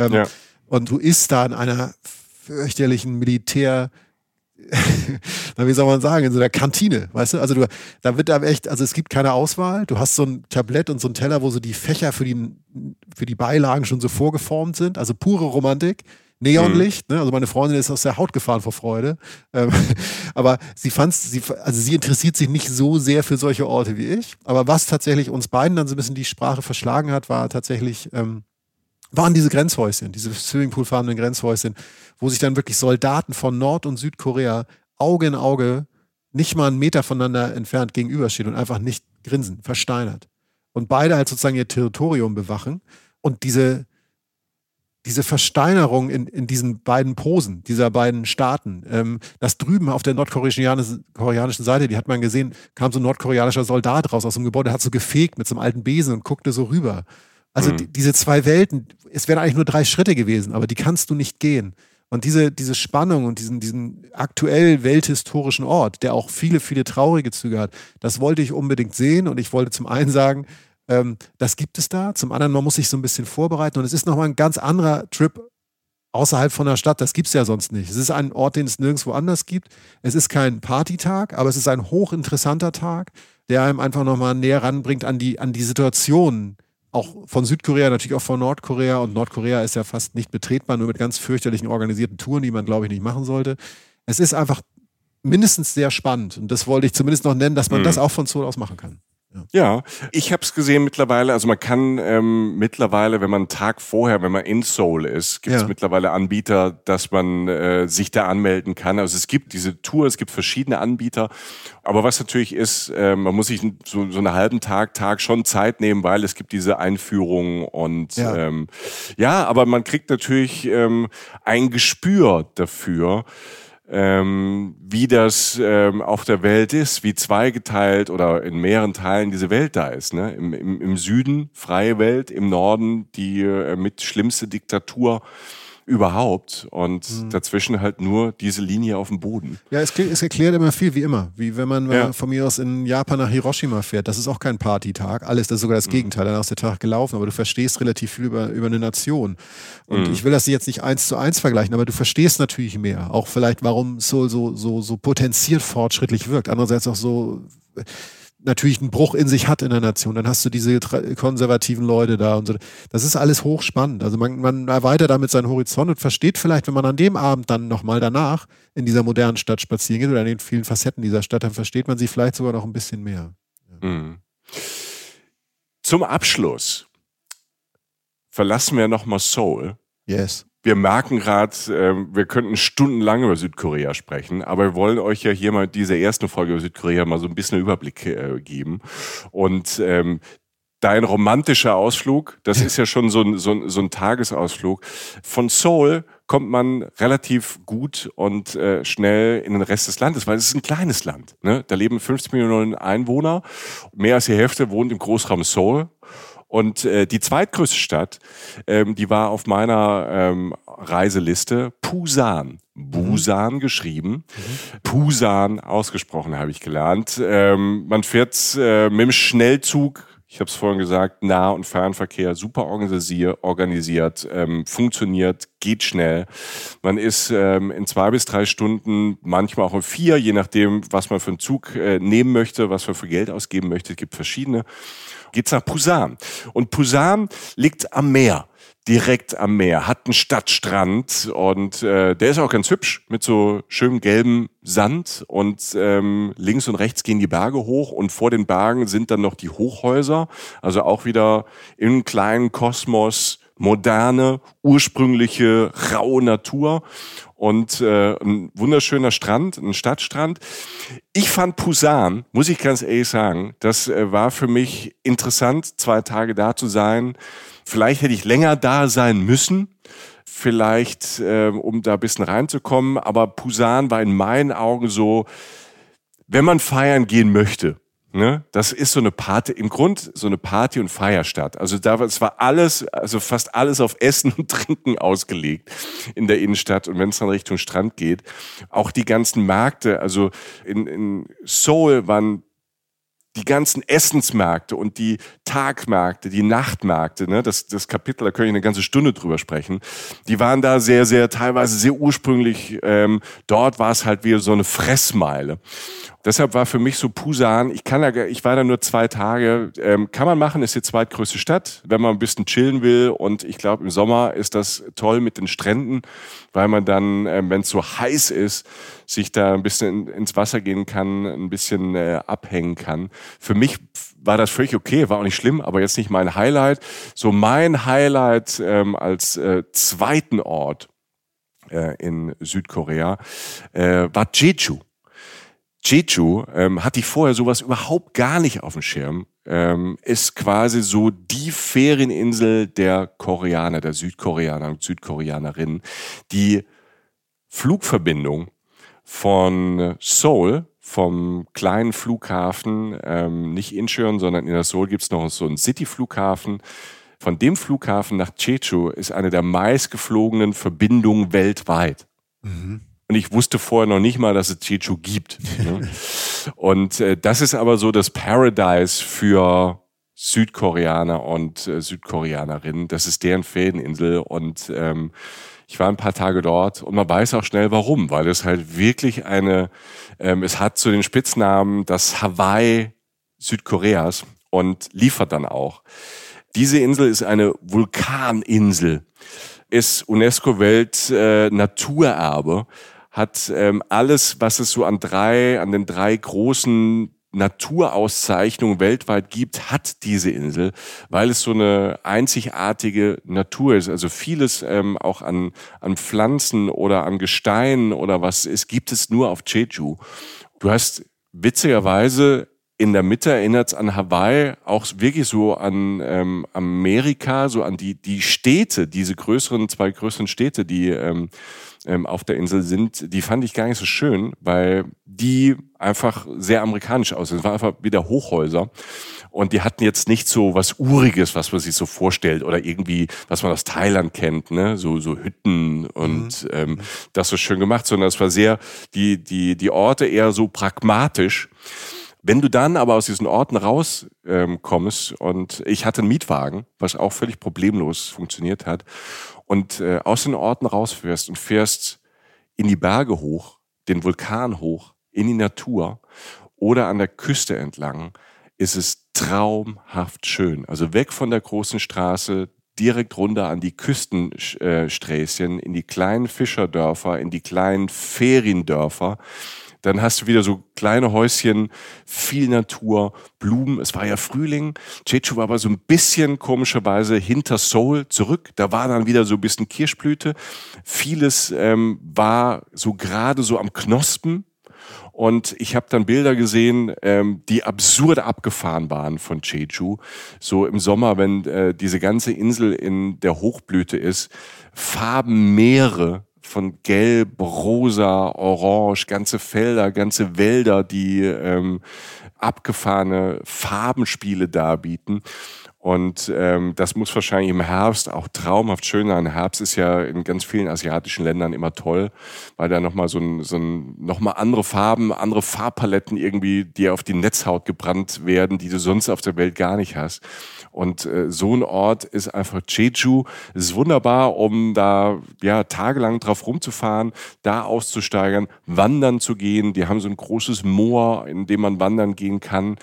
Und du isst da in einer fürchterlichen wie soll man sagen, in so einer Kantine, weißt du? Also da wird da echt, also es gibt keine Auswahl. Du hast so ein Tablett und so einen Teller, wo so die Fächer für die Beilagen schon so vorgeformt sind. Also pure Romantik. Neonlicht, ne? Also meine Freundin ist aus der Haut gefahren vor Freude. Aber sie interessiert sich nicht so sehr für solche Orte wie ich. Aber was tatsächlich uns beiden dann so ein bisschen die Sprache verschlagen hat, war tatsächlich waren diese Grenzhäuschen, diese Swimmingpoolfarbenen Grenzhäuschen, wo sich dann wirklich Soldaten von Nord- und Südkorea Auge in Auge, nicht mal einen Meter voneinander entfernt gegenüberstehen und einfach nicht grinsen, versteinert. Und beide halt sozusagen ihr Territorium bewachen. Und diese Versteinerung in diesen beiden Posen, dieser beiden Staaten, das drüben auf der nordkoreanischen Seite, die hat man gesehen, kam so ein nordkoreanischer Soldat raus aus dem Gebäude, hat so gefegt mit so einem alten Besen und guckte so rüber. Also diese zwei Welten, es wären eigentlich nur 3 Schritte gewesen, aber die kannst du nicht gehen. Und diese Spannung und diesen aktuell welthistorischen Ort, der auch viele, viele traurige Züge hat, das wollte ich unbedingt sehen. Und ich wollte zum einen sagen, das gibt es da. Zum anderen, man muss sich so ein bisschen vorbereiten. Und es ist nochmal ein ganz anderer Trip außerhalb von der Stadt. Das gibt es ja sonst nicht. Es ist ein Ort, den es nirgendwo anders gibt. Es ist kein Partytag, aber es ist ein hochinteressanter Tag, der einem einfach nochmal näher ranbringt an die Situation, auch von Südkorea, natürlich auch von Nordkorea. Und Nordkorea ist ja fast nicht betretbar, nur mit ganz fürchterlichen organisierten Touren, die man, glaube ich, nicht machen sollte. Es ist einfach mindestens sehr spannend. Und das wollte ich zumindest noch nennen, dass man das auch von Seoul aus machen kann. Ja, ich habe es gesehen mittlerweile, also man kann mittlerweile, wenn man einen Tag vorher, wenn man in Seoul ist, gibt es mittlerweile Anbieter, dass man sich da anmelden kann. Also es gibt diese Tour, es gibt verschiedene Anbieter, aber was natürlich ist, man muss sich so einen halben Tag schon Zeit nehmen, weil es gibt diese Einführung und aber man kriegt natürlich ein Gespür dafür, wie das auf der Welt ist, wie zweigeteilt oder in mehreren Teilen diese Welt da ist. Ne? Im Süden freie Welt, im Norden die mit schlimmste Diktatur überhaupt und dazwischen halt nur diese Linie auf dem Boden. Ja, es erklärt immer viel, wie immer. Wie wenn man von mir aus in Japan nach Hiroshima fährt. Das ist auch kein Partytag. Alles, das ist sogar das Gegenteil. Danach ist der Tag gelaufen. Aber du verstehst relativ viel über eine Nation. Und ich will das jetzt nicht 1:1 vergleichen, aber du verstehst natürlich mehr. Auch vielleicht, warum Seoul so potenziert fortschrittlich wirkt. Andererseits auch so natürlich einen Bruch in sich hat in der Nation. Dann hast du diese konservativen Leute da und so. Das ist alles hochspannend. Also man erweitert damit seinen Horizont und versteht vielleicht, wenn man an dem Abend dann nochmal danach in dieser modernen Stadt spazieren geht oder in den vielen Facetten dieser Stadt, dann versteht man sie vielleicht sogar noch ein bisschen mehr. Ja. Zum Abschluss verlassen wir nochmal Seoul. Yes. Wir merken gerade, wir könnten stundenlang über Südkorea sprechen, aber wir wollen euch ja hier mal diese ersten Folge über Südkorea mal so ein bisschen einen Überblick geben. Und dein romantischer Ausflug, das ist ja schon so ein Tagesausflug. Von Seoul kommt man relativ gut und schnell in den Rest des Landes, weil es ist ein kleines Land. Ne? Da leben 50 Millionen Einwohner, mehr als die Hälfte wohnt im Großraum Seoul. Und die zweitgrößte Stadt, die war auf meiner Reiseliste Busan. Busan geschrieben. Busan ausgesprochen, habe ich gelernt. Man fährt mit dem Schnellzug, ich habe es vorhin gesagt, Nah- und Fernverkehr super organisiert, funktioniert, geht schnell. Man ist in 2 bis 3 Stunden, manchmal auch in 4, je nachdem, was man für einen Zug nehmen möchte, was man für Geld ausgeben möchte. Es gibt verschiedene. Geht's nach Busan. Und Busan liegt am Meer, direkt am Meer, hat einen Stadtstrand und der ist auch ganz hübsch mit so schönem gelbem Sand und links und rechts gehen die Berge hoch und vor den Bergen sind dann noch die Hochhäuser, also auch wieder im kleinen Kosmos, moderne, ursprüngliche, raue Natur und ein wunderschöner Strand, ein Stadtstrand. Ich fand Busan, muss ich ganz ehrlich sagen, das war für mich interessant, 2 Tage da zu sein. Vielleicht hätte ich länger da sein müssen, vielleicht um da ein bisschen reinzukommen, aber Busan war in meinen Augen so, wenn man feiern gehen möchte, ne, das ist so eine Party, im Grund so eine Party- und Feierstadt. Also es war alles, also fast alles auf Essen und Trinken ausgelegt in der Innenstadt. Und wenn es dann Richtung Strand geht, auch die ganzen Märkte, also in Seoul waren die ganzen Essensmärkte und die Tagmärkte, die Nachtmärkte, ne, das Kapitel, da könnte ich eine ganze Stunde drüber sprechen, die waren da sehr, sehr, teilweise sehr ursprünglich, dort war es halt wie so eine Fressmeile. Deshalb war für mich so Busan, ich war da nur 2 Tage, kann man machen, ist die zweitgrößte Stadt, wenn man ein bisschen chillen will und ich glaube im Sommer ist das toll mit den Stränden, weil man dann, wenn es so heiß ist, sich da ein bisschen ins Wasser gehen kann, ein bisschen abhängen kann. Für mich war das völlig okay, war auch nicht schlimm, aber jetzt nicht mein Highlight. So mein Highlight als zweiten Ort in Südkorea war Jeju. Jeju hatte ich vorher sowas überhaupt gar nicht auf dem Schirm. Ist quasi so die Ferieninsel der Koreaner, der Südkoreaner und Südkoreanerinnen. Die Flugverbindung von Seoul, vom kleinen Flughafen, nicht Incheon, sondern in der Seoul gibt es noch so einen City-Flughafen. Von dem Flughafen nach Jeju ist eine der meistgeflogenen Verbindungen weltweit. Mhm. Und ich wusste vorher noch nicht mal, dass es Jeju gibt. Ne? Und das ist aber so das Paradise für Südkoreaner und Südkoreanerinnen. Das ist deren Ferieninsel und ich war ein paar Tage dort und man weiß auch schnell warum, weil es halt wirklich es hat so den Spitznamen das Hawaii Südkoreas und liefert dann auch. Diese Insel ist eine Vulkaninsel, ist UNESCO-Welt-Naturerbe, hat alles, was es so an den drei großen Naturauszeichnungen weltweit gibt, hat diese Insel, weil es so eine einzigartige Natur ist. Also vieles auch an Pflanzen oder an Gesteinen oder was es gibt es nur auf Jeju. Du hast witzigerweise in der Mitte erinnert es an Hawaii, auch wirklich so an Amerika, so an die Städte, diese zwei größeren Städte, die auf der Insel sind, die fand ich gar nicht so schön, weil die einfach sehr amerikanisch aussehen. Es waren einfach wieder Hochhäuser und die hatten jetzt nicht so was Uriges, was man sich so vorstellt oder irgendwie, was man aus Thailand kennt, ne, so Hütten und das so schön gemacht, sondern es war sehr die Orte eher so pragmatisch. Wenn du dann aber aus diesen Orten rauskommst und ich hatte einen Mietwagen, was auch völlig problemlos funktioniert hat, und aus den Orten rausfährst und fährst in die Berge hoch, den Vulkan hoch, in die Natur oder an der Küste entlang, ist es traumhaft schön. Also weg von der großen Straße, direkt runter an die Küstensträßchen, in die kleinen Fischerdörfer, in die kleinen Feriendörfer. Dann hast du wieder so kleine Häuschen, viel Natur, Blumen. Es war ja Frühling. Jeju war aber so ein bisschen komischerweise hinter Seoul zurück. Da war dann wieder so ein bisschen Kirschblüte. Vieles war so gerade so am Knospen. Und ich habe dann Bilder gesehen, die absurd abgefahren waren von Jeju. So im Sommer, wenn diese ganze Insel in der Hochblüte ist, Farbenmeere von Gelb, Rosa, Orange, ganze Felder, ganze Wälder, die abgefahrene Farbenspiele darbieten. Und das muss wahrscheinlich im Herbst auch traumhaft schön sein. Herbst ist ja in ganz vielen asiatischen Ländern immer toll, weil da nochmal nochmal andere Farben, andere Farbpaletten irgendwie dir auf die Netzhaut gebrannt werden, die du sonst auf der Welt gar nicht hast. Und so ein Ort ist einfach Jeju. Es ist wunderbar, um da tagelang drauf rumzufahren, da auszusteigen, wandern zu gehen. Die haben so ein großes Moor, in dem man wandern gehen kann.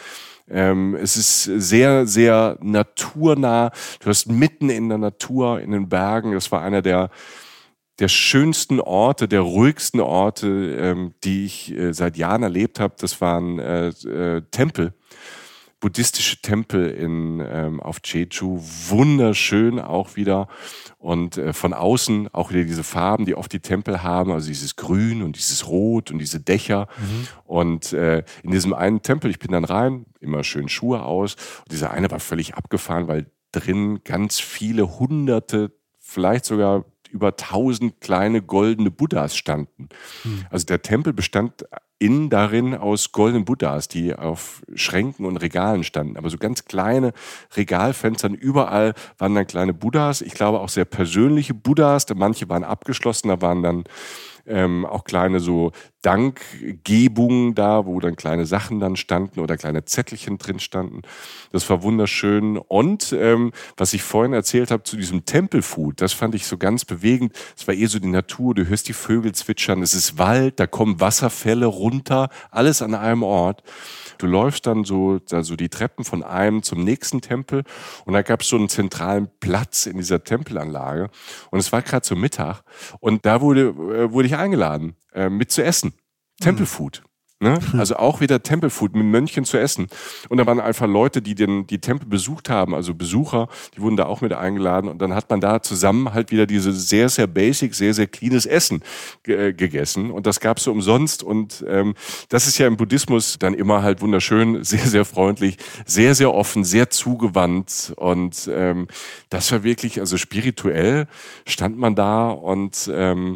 Es ist sehr, sehr naturnah. Du hast mitten in der Natur, in den Bergen. Das war einer der schönsten Orte, der ruhigsten Orte, die ich seit Jahren erlebt habe. Das waren Tempel. Buddhistische Tempel auf Jeju, wunderschön auch wieder und von außen auch wieder diese Farben, die oft die Tempel haben, also dieses Grün und dieses Rot und diese Dächer und in diesem einen Tempel, ich bin dann rein, immer schön Schuhe aus und dieser eine war völlig abgefahren, weil drin ganz viele Hunderte, vielleicht sogar über 1000 kleine goldene Buddhas standen. Also der Tempel bestand innen darin aus goldenen Buddhas, die auf Schränken und Regalen standen. Aber so ganz kleine Regalfenstern, überall waren dann kleine Buddhas. Ich glaube auch sehr persönliche Buddhas. Manche waren abgeschlossen, da waren dann auch kleine so Dankgebungen da, wo dann kleine Sachen dann standen oder kleine Zettelchen drin standen. Das war wunderschön. Und was ich vorhin erzählt habe zu diesem Tempelfood, das fand ich so ganz bewegend. Es war eher so die Natur, du hörst die Vögel zwitschern, es ist Wald, da kommen Wasserfälle runter, alles an einem Ort. Du läufst dann so die Treppen von einem zum nächsten Tempel und da gab es so einen zentralen Platz in dieser Tempelanlage und es war gerade so Mittag und da wurde ich eingeladen, mit zu essen. Tempelfood. Ne? Also auch wieder Tempelfood mit Mönchen zu essen. Und da waren einfach Leute, die die Tempel besucht haben, also Besucher, die wurden da auch mit eingeladen. Und dann hat man da zusammen halt wieder dieses sehr, sehr basic, sehr, sehr cleanes Essen gegessen. Und das gab's so umsonst. Und das ist ja im Buddhismus dann immer halt wunderschön, sehr, sehr freundlich, sehr, sehr offen, sehr zugewandt. Und das war wirklich, also spirituell stand man da und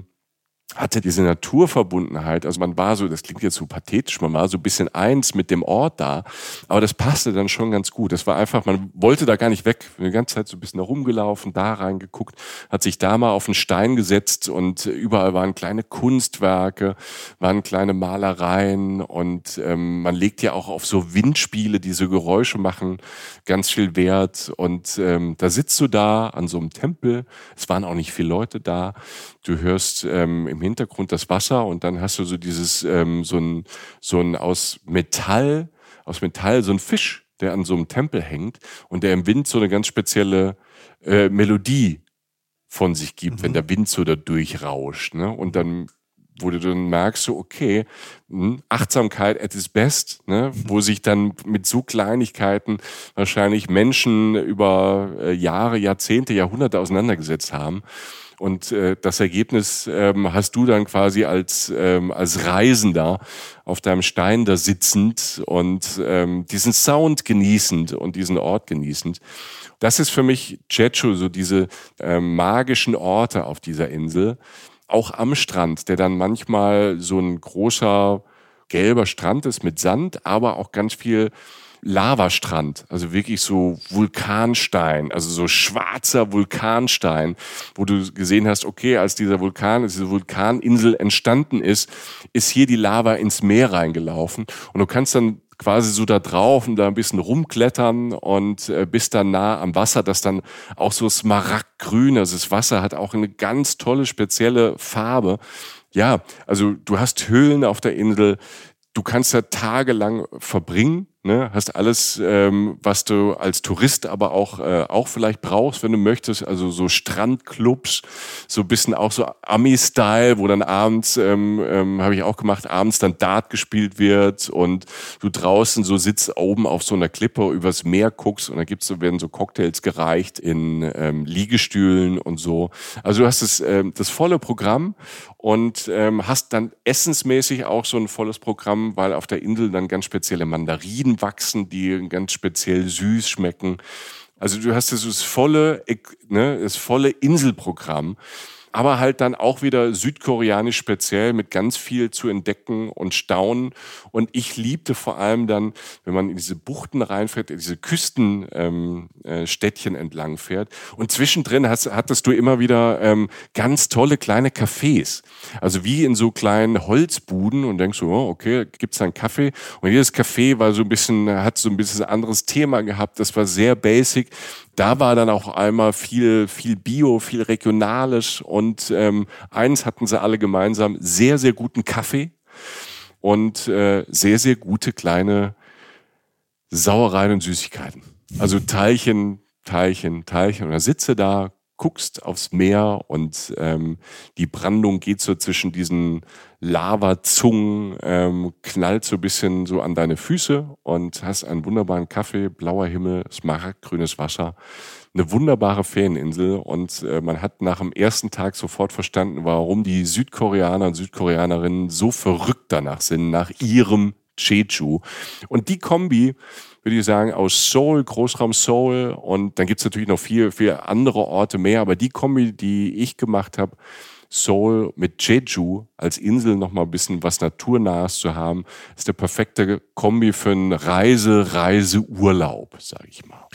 hatte diese Naturverbundenheit, also man war so, das klingt jetzt so pathetisch, man war so ein bisschen eins mit dem Ort da, aber das passte dann schon ganz gut. Das war einfach, man wollte da gar nicht weg, die ganze Zeit so ein bisschen herumgelaufen, da reingeguckt, hat sich da mal auf einen Stein gesetzt und überall waren kleine Kunstwerke, waren kleine Malereien und man legt ja auch auf so Windspiele, die so Geräusche machen, ganz viel Wert und da sitzt du da an so einem Tempel, es waren auch nicht viele Leute da, du hörst im Hintergrund das Wasser und dann hast du so dieses, so ein aus Metall, so ein Fisch, der an so einem Tempel hängt und der im Wind so eine ganz spezielle Melodie von sich gibt, wenn der Wind so da durchrauscht, ne? Und dann, wo du dann merkst, so, okay, Achtsamkeit at its best, ne? Wo sich dann mit so Kleinigkeiten wahrscheinlich Menschen über Jahre, Jahrzehnte, Jahrhunderte auseinandergesetzt haben. Und das Ergebnis hast du dann quasi als Reisender auf deinem Stein da sitzend und diesen Sound genießend und diesen Ort genießend. Das ist für mich Jeju, so diese magischen Orte auf dieser Insel. Auch am Strand, der dann manchmal so ein großer gelber Strand ist mit Sand, aber auch ganz viel Lavastrand, also wirklich so Vulkanstein, also so schwarzer Vulkanstein, wo du gesehen hast, okay, als diese Vulkaninsel entstanden ist hier die Lava ins Meer reingelaufen und du kannst dann quasi so da drauf und da ein bisschen rumklettern und bist dann nah am Wasser, das dann auch so smaragdgrün, also das Wasser hat auch eine ganz tolle, spezielle Farbe. Ja, also du hast Höhlen auf der Insel, du kannst da tagelang verbringen, ne? Hast alles, was du als Tourist aber auch vielleicht brauchst, wenn du möchtest. Also so Strandclubs, so ein bisschen auch so Ami-Style, wo dann abends, habe ich auch gemacht, abends dann Dart gespielt wird und du draußen so sitzt oben auf so einer Klippe übers Meer guckst und da werden so Cocktails gereicht in Liegestühlen und so. Also du hast das volle Programm und hast dann essensmäßig auch so ein volles Programm, weil auf der Insel dann ganz spezielle Mandarinen wachsen, die ganz speziell süß schmecken. Also du hast das volle Inselprogramm, aber halt dann auch wieder südkoreanisch speziell mit ganz viel zu entdecken und staunen. Und ich liebte vor allem dann, wenn man in diese Buchten reinfährt, in diese Küstenstädtchen entlang fährt. Und zwischendrin hattest du immer wieder ganz tolle kleine Cafés. Also wie in so kleinen Holzbuden und denkst so, oh, okay, gibt's da einen Kaffee? Und jedes Café hat so ein bisschen anderes Thema gehabt. Das war sehr basic. Da war dann auch einmal viel Bio, viel Regionales und eins hatten sie alle gemeinsam, sehr, sehr guten Kaffee und sehr, sehr gute kleine Sauereien und Süßigkeiten. Also Teilchen. Und da sitze da, guckst aufs Meer und die Brandung geht so zwischen diesen Lavazungen, knallt so ein bisschen so an deine Füße und hast einen wunderbaren Kaffee, blauer Himmel, smaragdgrünes Wasser, eine wunderbare Ferieninsel und man hat nach dem ersten Tag sofort verstanden, warum die Südkoreaner und Südkoreanerinnen so verrückt danach sind, nach ihrem Jeju. Und die Kombi, würde ich sagen, aus Seoul, Großraum Seoul und dann gibt's natürlich noch viel andere Orte mehr, aber die Kombi, die ich gemacht habe, Seoul mit Jeju als Insel noch mal ein bisschen was Naturnahes zu haben, ist der perfekte Kombi für einen Reiseurlaub, sage ich mal.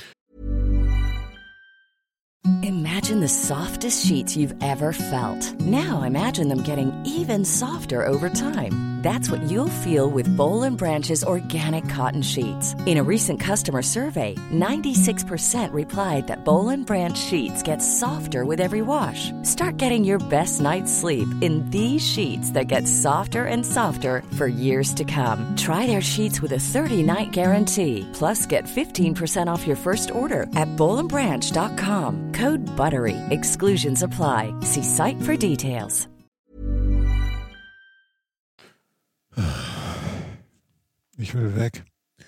Imagine the softest sheets you've ever felt. Now imagine them getting even softer over time. That's what you'll feel with Boll & Branch's organic cotton sheets. In a recent customer survey, 96% replied that Boll & Branch sheets get softer with every wash. Start getting your best night's sleep in these sheets that get softer and softer for years to come. Try their sheets with a 30-night guarantee. Plus, get 15% off your first order at bollandbranch.com. Code BUTTERY. Exclusions apply. See site for details. Ich will weg.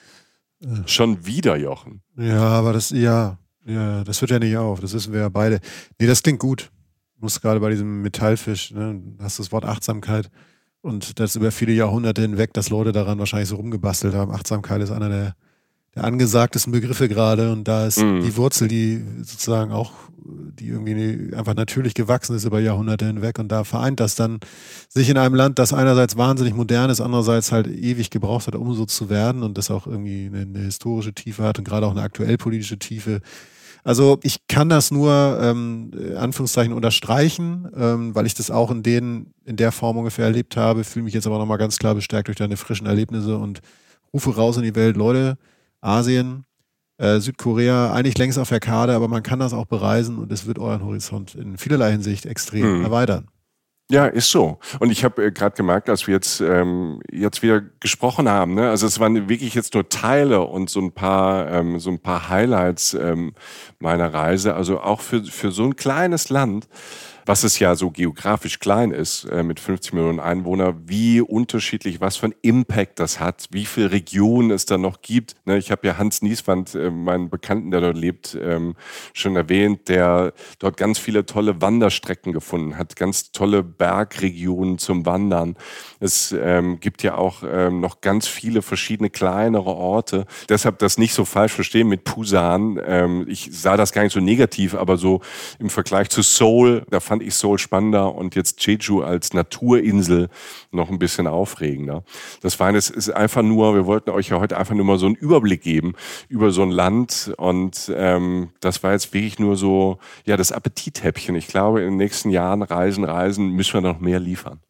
Schon wieder, Jochen. Ja, aber das hört ja nicht auf. Das wissen wir ja beide. Nee, das klingt gut. Du musst gerade bei diesem Metallfisch, ne, hast das Wort Achtsamkeit und das über viele Jahrhunderte hinweg, dass Leute daran wahrscheinlich so rumgebastelt haben. Achtsamkeit ist einer der angesagtesten Begriffe gerade und da ist die Wurzel, die sozusagen auch, die irgendwie einfach natürlich gewachsen ist über Jahrhunderte hinweg und da vereint das dann sich in einem Land, das einerseits wahnsinnig modern ist, andererseits halt ewig gebraucht hat, um so zu werden und das auch irgendwie eine historische Tiefe hat und gerade auch eine aktuell politische Tiefe. Also ich kann das nur Anführungszeichen unterstreichen, weil ich das auch in der Form ungefähr erlebt habe, fühle mich jetzt aber nochmal ganz klar bestärkt durch deine frischen Erlebnisse und rufe raus in die Welt, Leute, Asien, Südkorea, eigentlich längst auf der Karte, aber man kann das auch bereisen und es wird euren Horizont in vielerlei Hinsicht extrem erweitern. Ja, ist so. Und ich habe gerade gemerkt, als wir jetzt wieder gesprochen haben, ne? Also es waren wirklich jetzt nur Teile und so ein paar Highlights meiner Reise. Also auch für so ein kleines Land, was es ja so geografisch klein ist, mit 50 Millionen Einwohnern, wie unterschiedlich, was für ein Impact das hat, wie viele Regionen es da noch gibt. Ne, ich habe ja Hans Nieswand, meinen Bekannten, der dort lebt, schon erwähnt, der dort ganz viele tolle Wanderstrecken gefunden hat, ganz tolle Bergregionen zum Wandern. Es gibt ja auch noch ganz viele verschiedene kleinere Orte. Deshalb das nicht so falsch verstehen mit Busan. Ich sah das gar nicht so negativ, aber so im Vergleich zu Seoul, da fand ich Seoul spannender und jetzt Jeju als Naturinsel noch ein bisschen aufregender. Es ist einfach nur, wir wollten euch ja heute einfach nur mal so einen Überblick geben über so ein Land und das war jetzt wirklich nur so, ja, das Appetithäppchen. Ich glaube, in den nächsten Jahren Reisen müssen wir noch mehr liefern.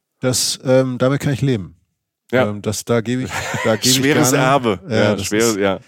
Damit kann ich leben. Ja. Da gebe ich schweres gerne, Erbe.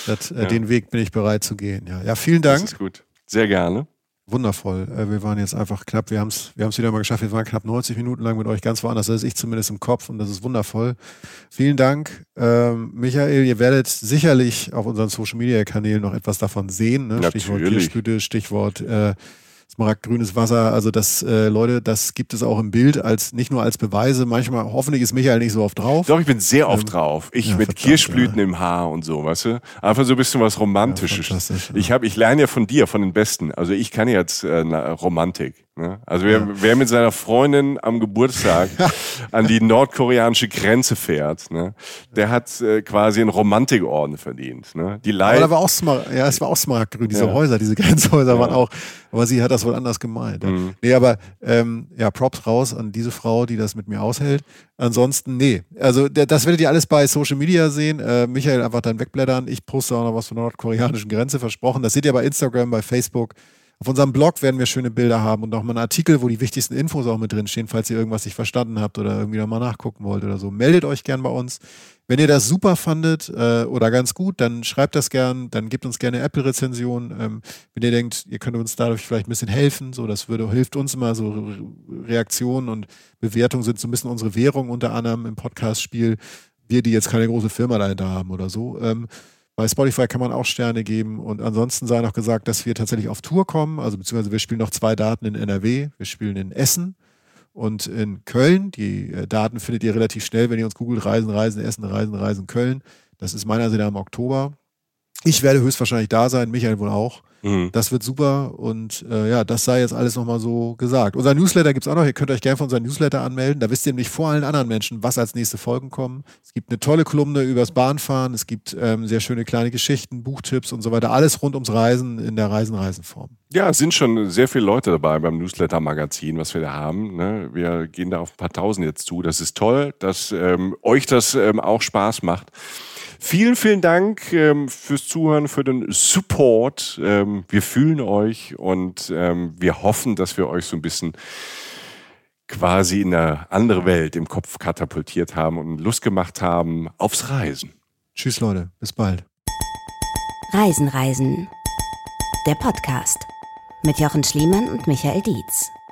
Den Weg bin ich bereit zu gehen. Ja, vielen Dank. Das ist gut. Sehr gerne. Wundervoll. Wir waren jetzt einfach knapp, wir haben es wieder mal geschafft, wir waren knapp 90 Minuten lang mit euch ganz woanders, das ist ich zumindest im Kopf und das ist wundervoll. Vielen Dank. Michael, ihr werdet sicherlich auf unseren Social-Media-Kanälen noch etwas davon sehen. Ne? Stichwort Kirschblüte, Stichwort smaragdgrünes Wasser, also Leute, das gibt es auch im Bild, nicht nur als Beweise. Manchmal, hoffentlich ist Michael nicht so oft drauf. Doch, ich bin sehr oft drauf. Mit Kirschblüten im Haar und so, weißt du? Einfach so ein bisschen was Romantisches. Ja, ich lerne ja von dir, von den Besten. Also ich kann jetzt Romantik. Ne? Also wer mit seiner Freundin am Geburtstag an die nordkoreanische Grenze fährt, ne? Der hat quasi einen Romantikorden verdient. Ne? Aber da war auch es war auch smaragdgrün, diese Häuser, diese Grenzhäuser waren auch, aber sie hat das wohl anders gemeint. Nee, aber Props raus an diese Frau, die das mit mir aushält. Ansonsten, also das werdet ihr alles bei Social Media sehen. Michael, einfach dann wegblättern. Ich poste auch noch was von der nordkoreanischen Grenze, versprochen. Das seht ihr bei Instagram, bei Facebook. Auf unserem Blog werden wir schöne Bilder haben und auch mal einen Artikel, wo die wichtigsten Infos auch mit drin stehen, falls ihr irgendwas nicht verstanden habt oder irgendwie nochmal nachgucken wollt oder so. Meldet euch gern bei uns. Wenn ihr das super fandet oder ganz gut, dann schreibt das gern, dann gebt uns gerne Apple-Rezension. Wenn ihr denkt, ihr könnt uns dadurch vielleicht ein bisschen helfen, so hilft uns immer, so Reaktionen und Bewertungen sind so ein bisschen unsere Währung unter anderem im Podcast-Spiel. Wir, die jetzt keine große Firma dahinter haben oder so. Bei Spotify kann man auch Sterne geben und ansonsten sei noch gesagt, dass wir tatsächlich auf Tour kommen, also beziehungsweise wir spielen noch 2 Daten in NRW, wir spielen in Essen und in Köln. Die Daten findet ihr relativ schnell, wenn ihr uns googelt, Reisen, Essen, Reisen, Köln. Das ist meiner Ansicht nach im Oktober. Ich werde höchstwahrscheinlich da sein, Michael wohl auch. Das wird super und das sei jetzt alles nochmal so gesagt. Unser Newsletter gibt es auch noch, ihr könnt euch gerne von unserem Newsletter anmelden, da wisst ihr nämlich vor allen anderen Menschen, was als nächste Folgen kommen. Es gibt eine tolle Kolumne übers Bahnfahren, es gibt sehr schöne kleine Geschichten, Buchtipps und so weiter, alles rund ums Reisen in der Reisenform. Ja, es sind schon sehr viele Leute dabei beim Newsletter-Magazin, was wir da haben. Ne? Wir gehen da auf ein paar Tausend jetzt zu, das ist toll, dass euch das auch Spaß macht. Vielen, vielen Dank fürs Zuhören, für den Support. Wir fühlen euch und wir hoffen, dass wir euch so ein bisschen quasi in eine andere Welt im Kopf katapultiert haben und Lust gemacht haben aufs Reisen. Tschüss Leute, bis bald. Reisen. Der Podcast mit Jochen Schliemann und Michael Dietz.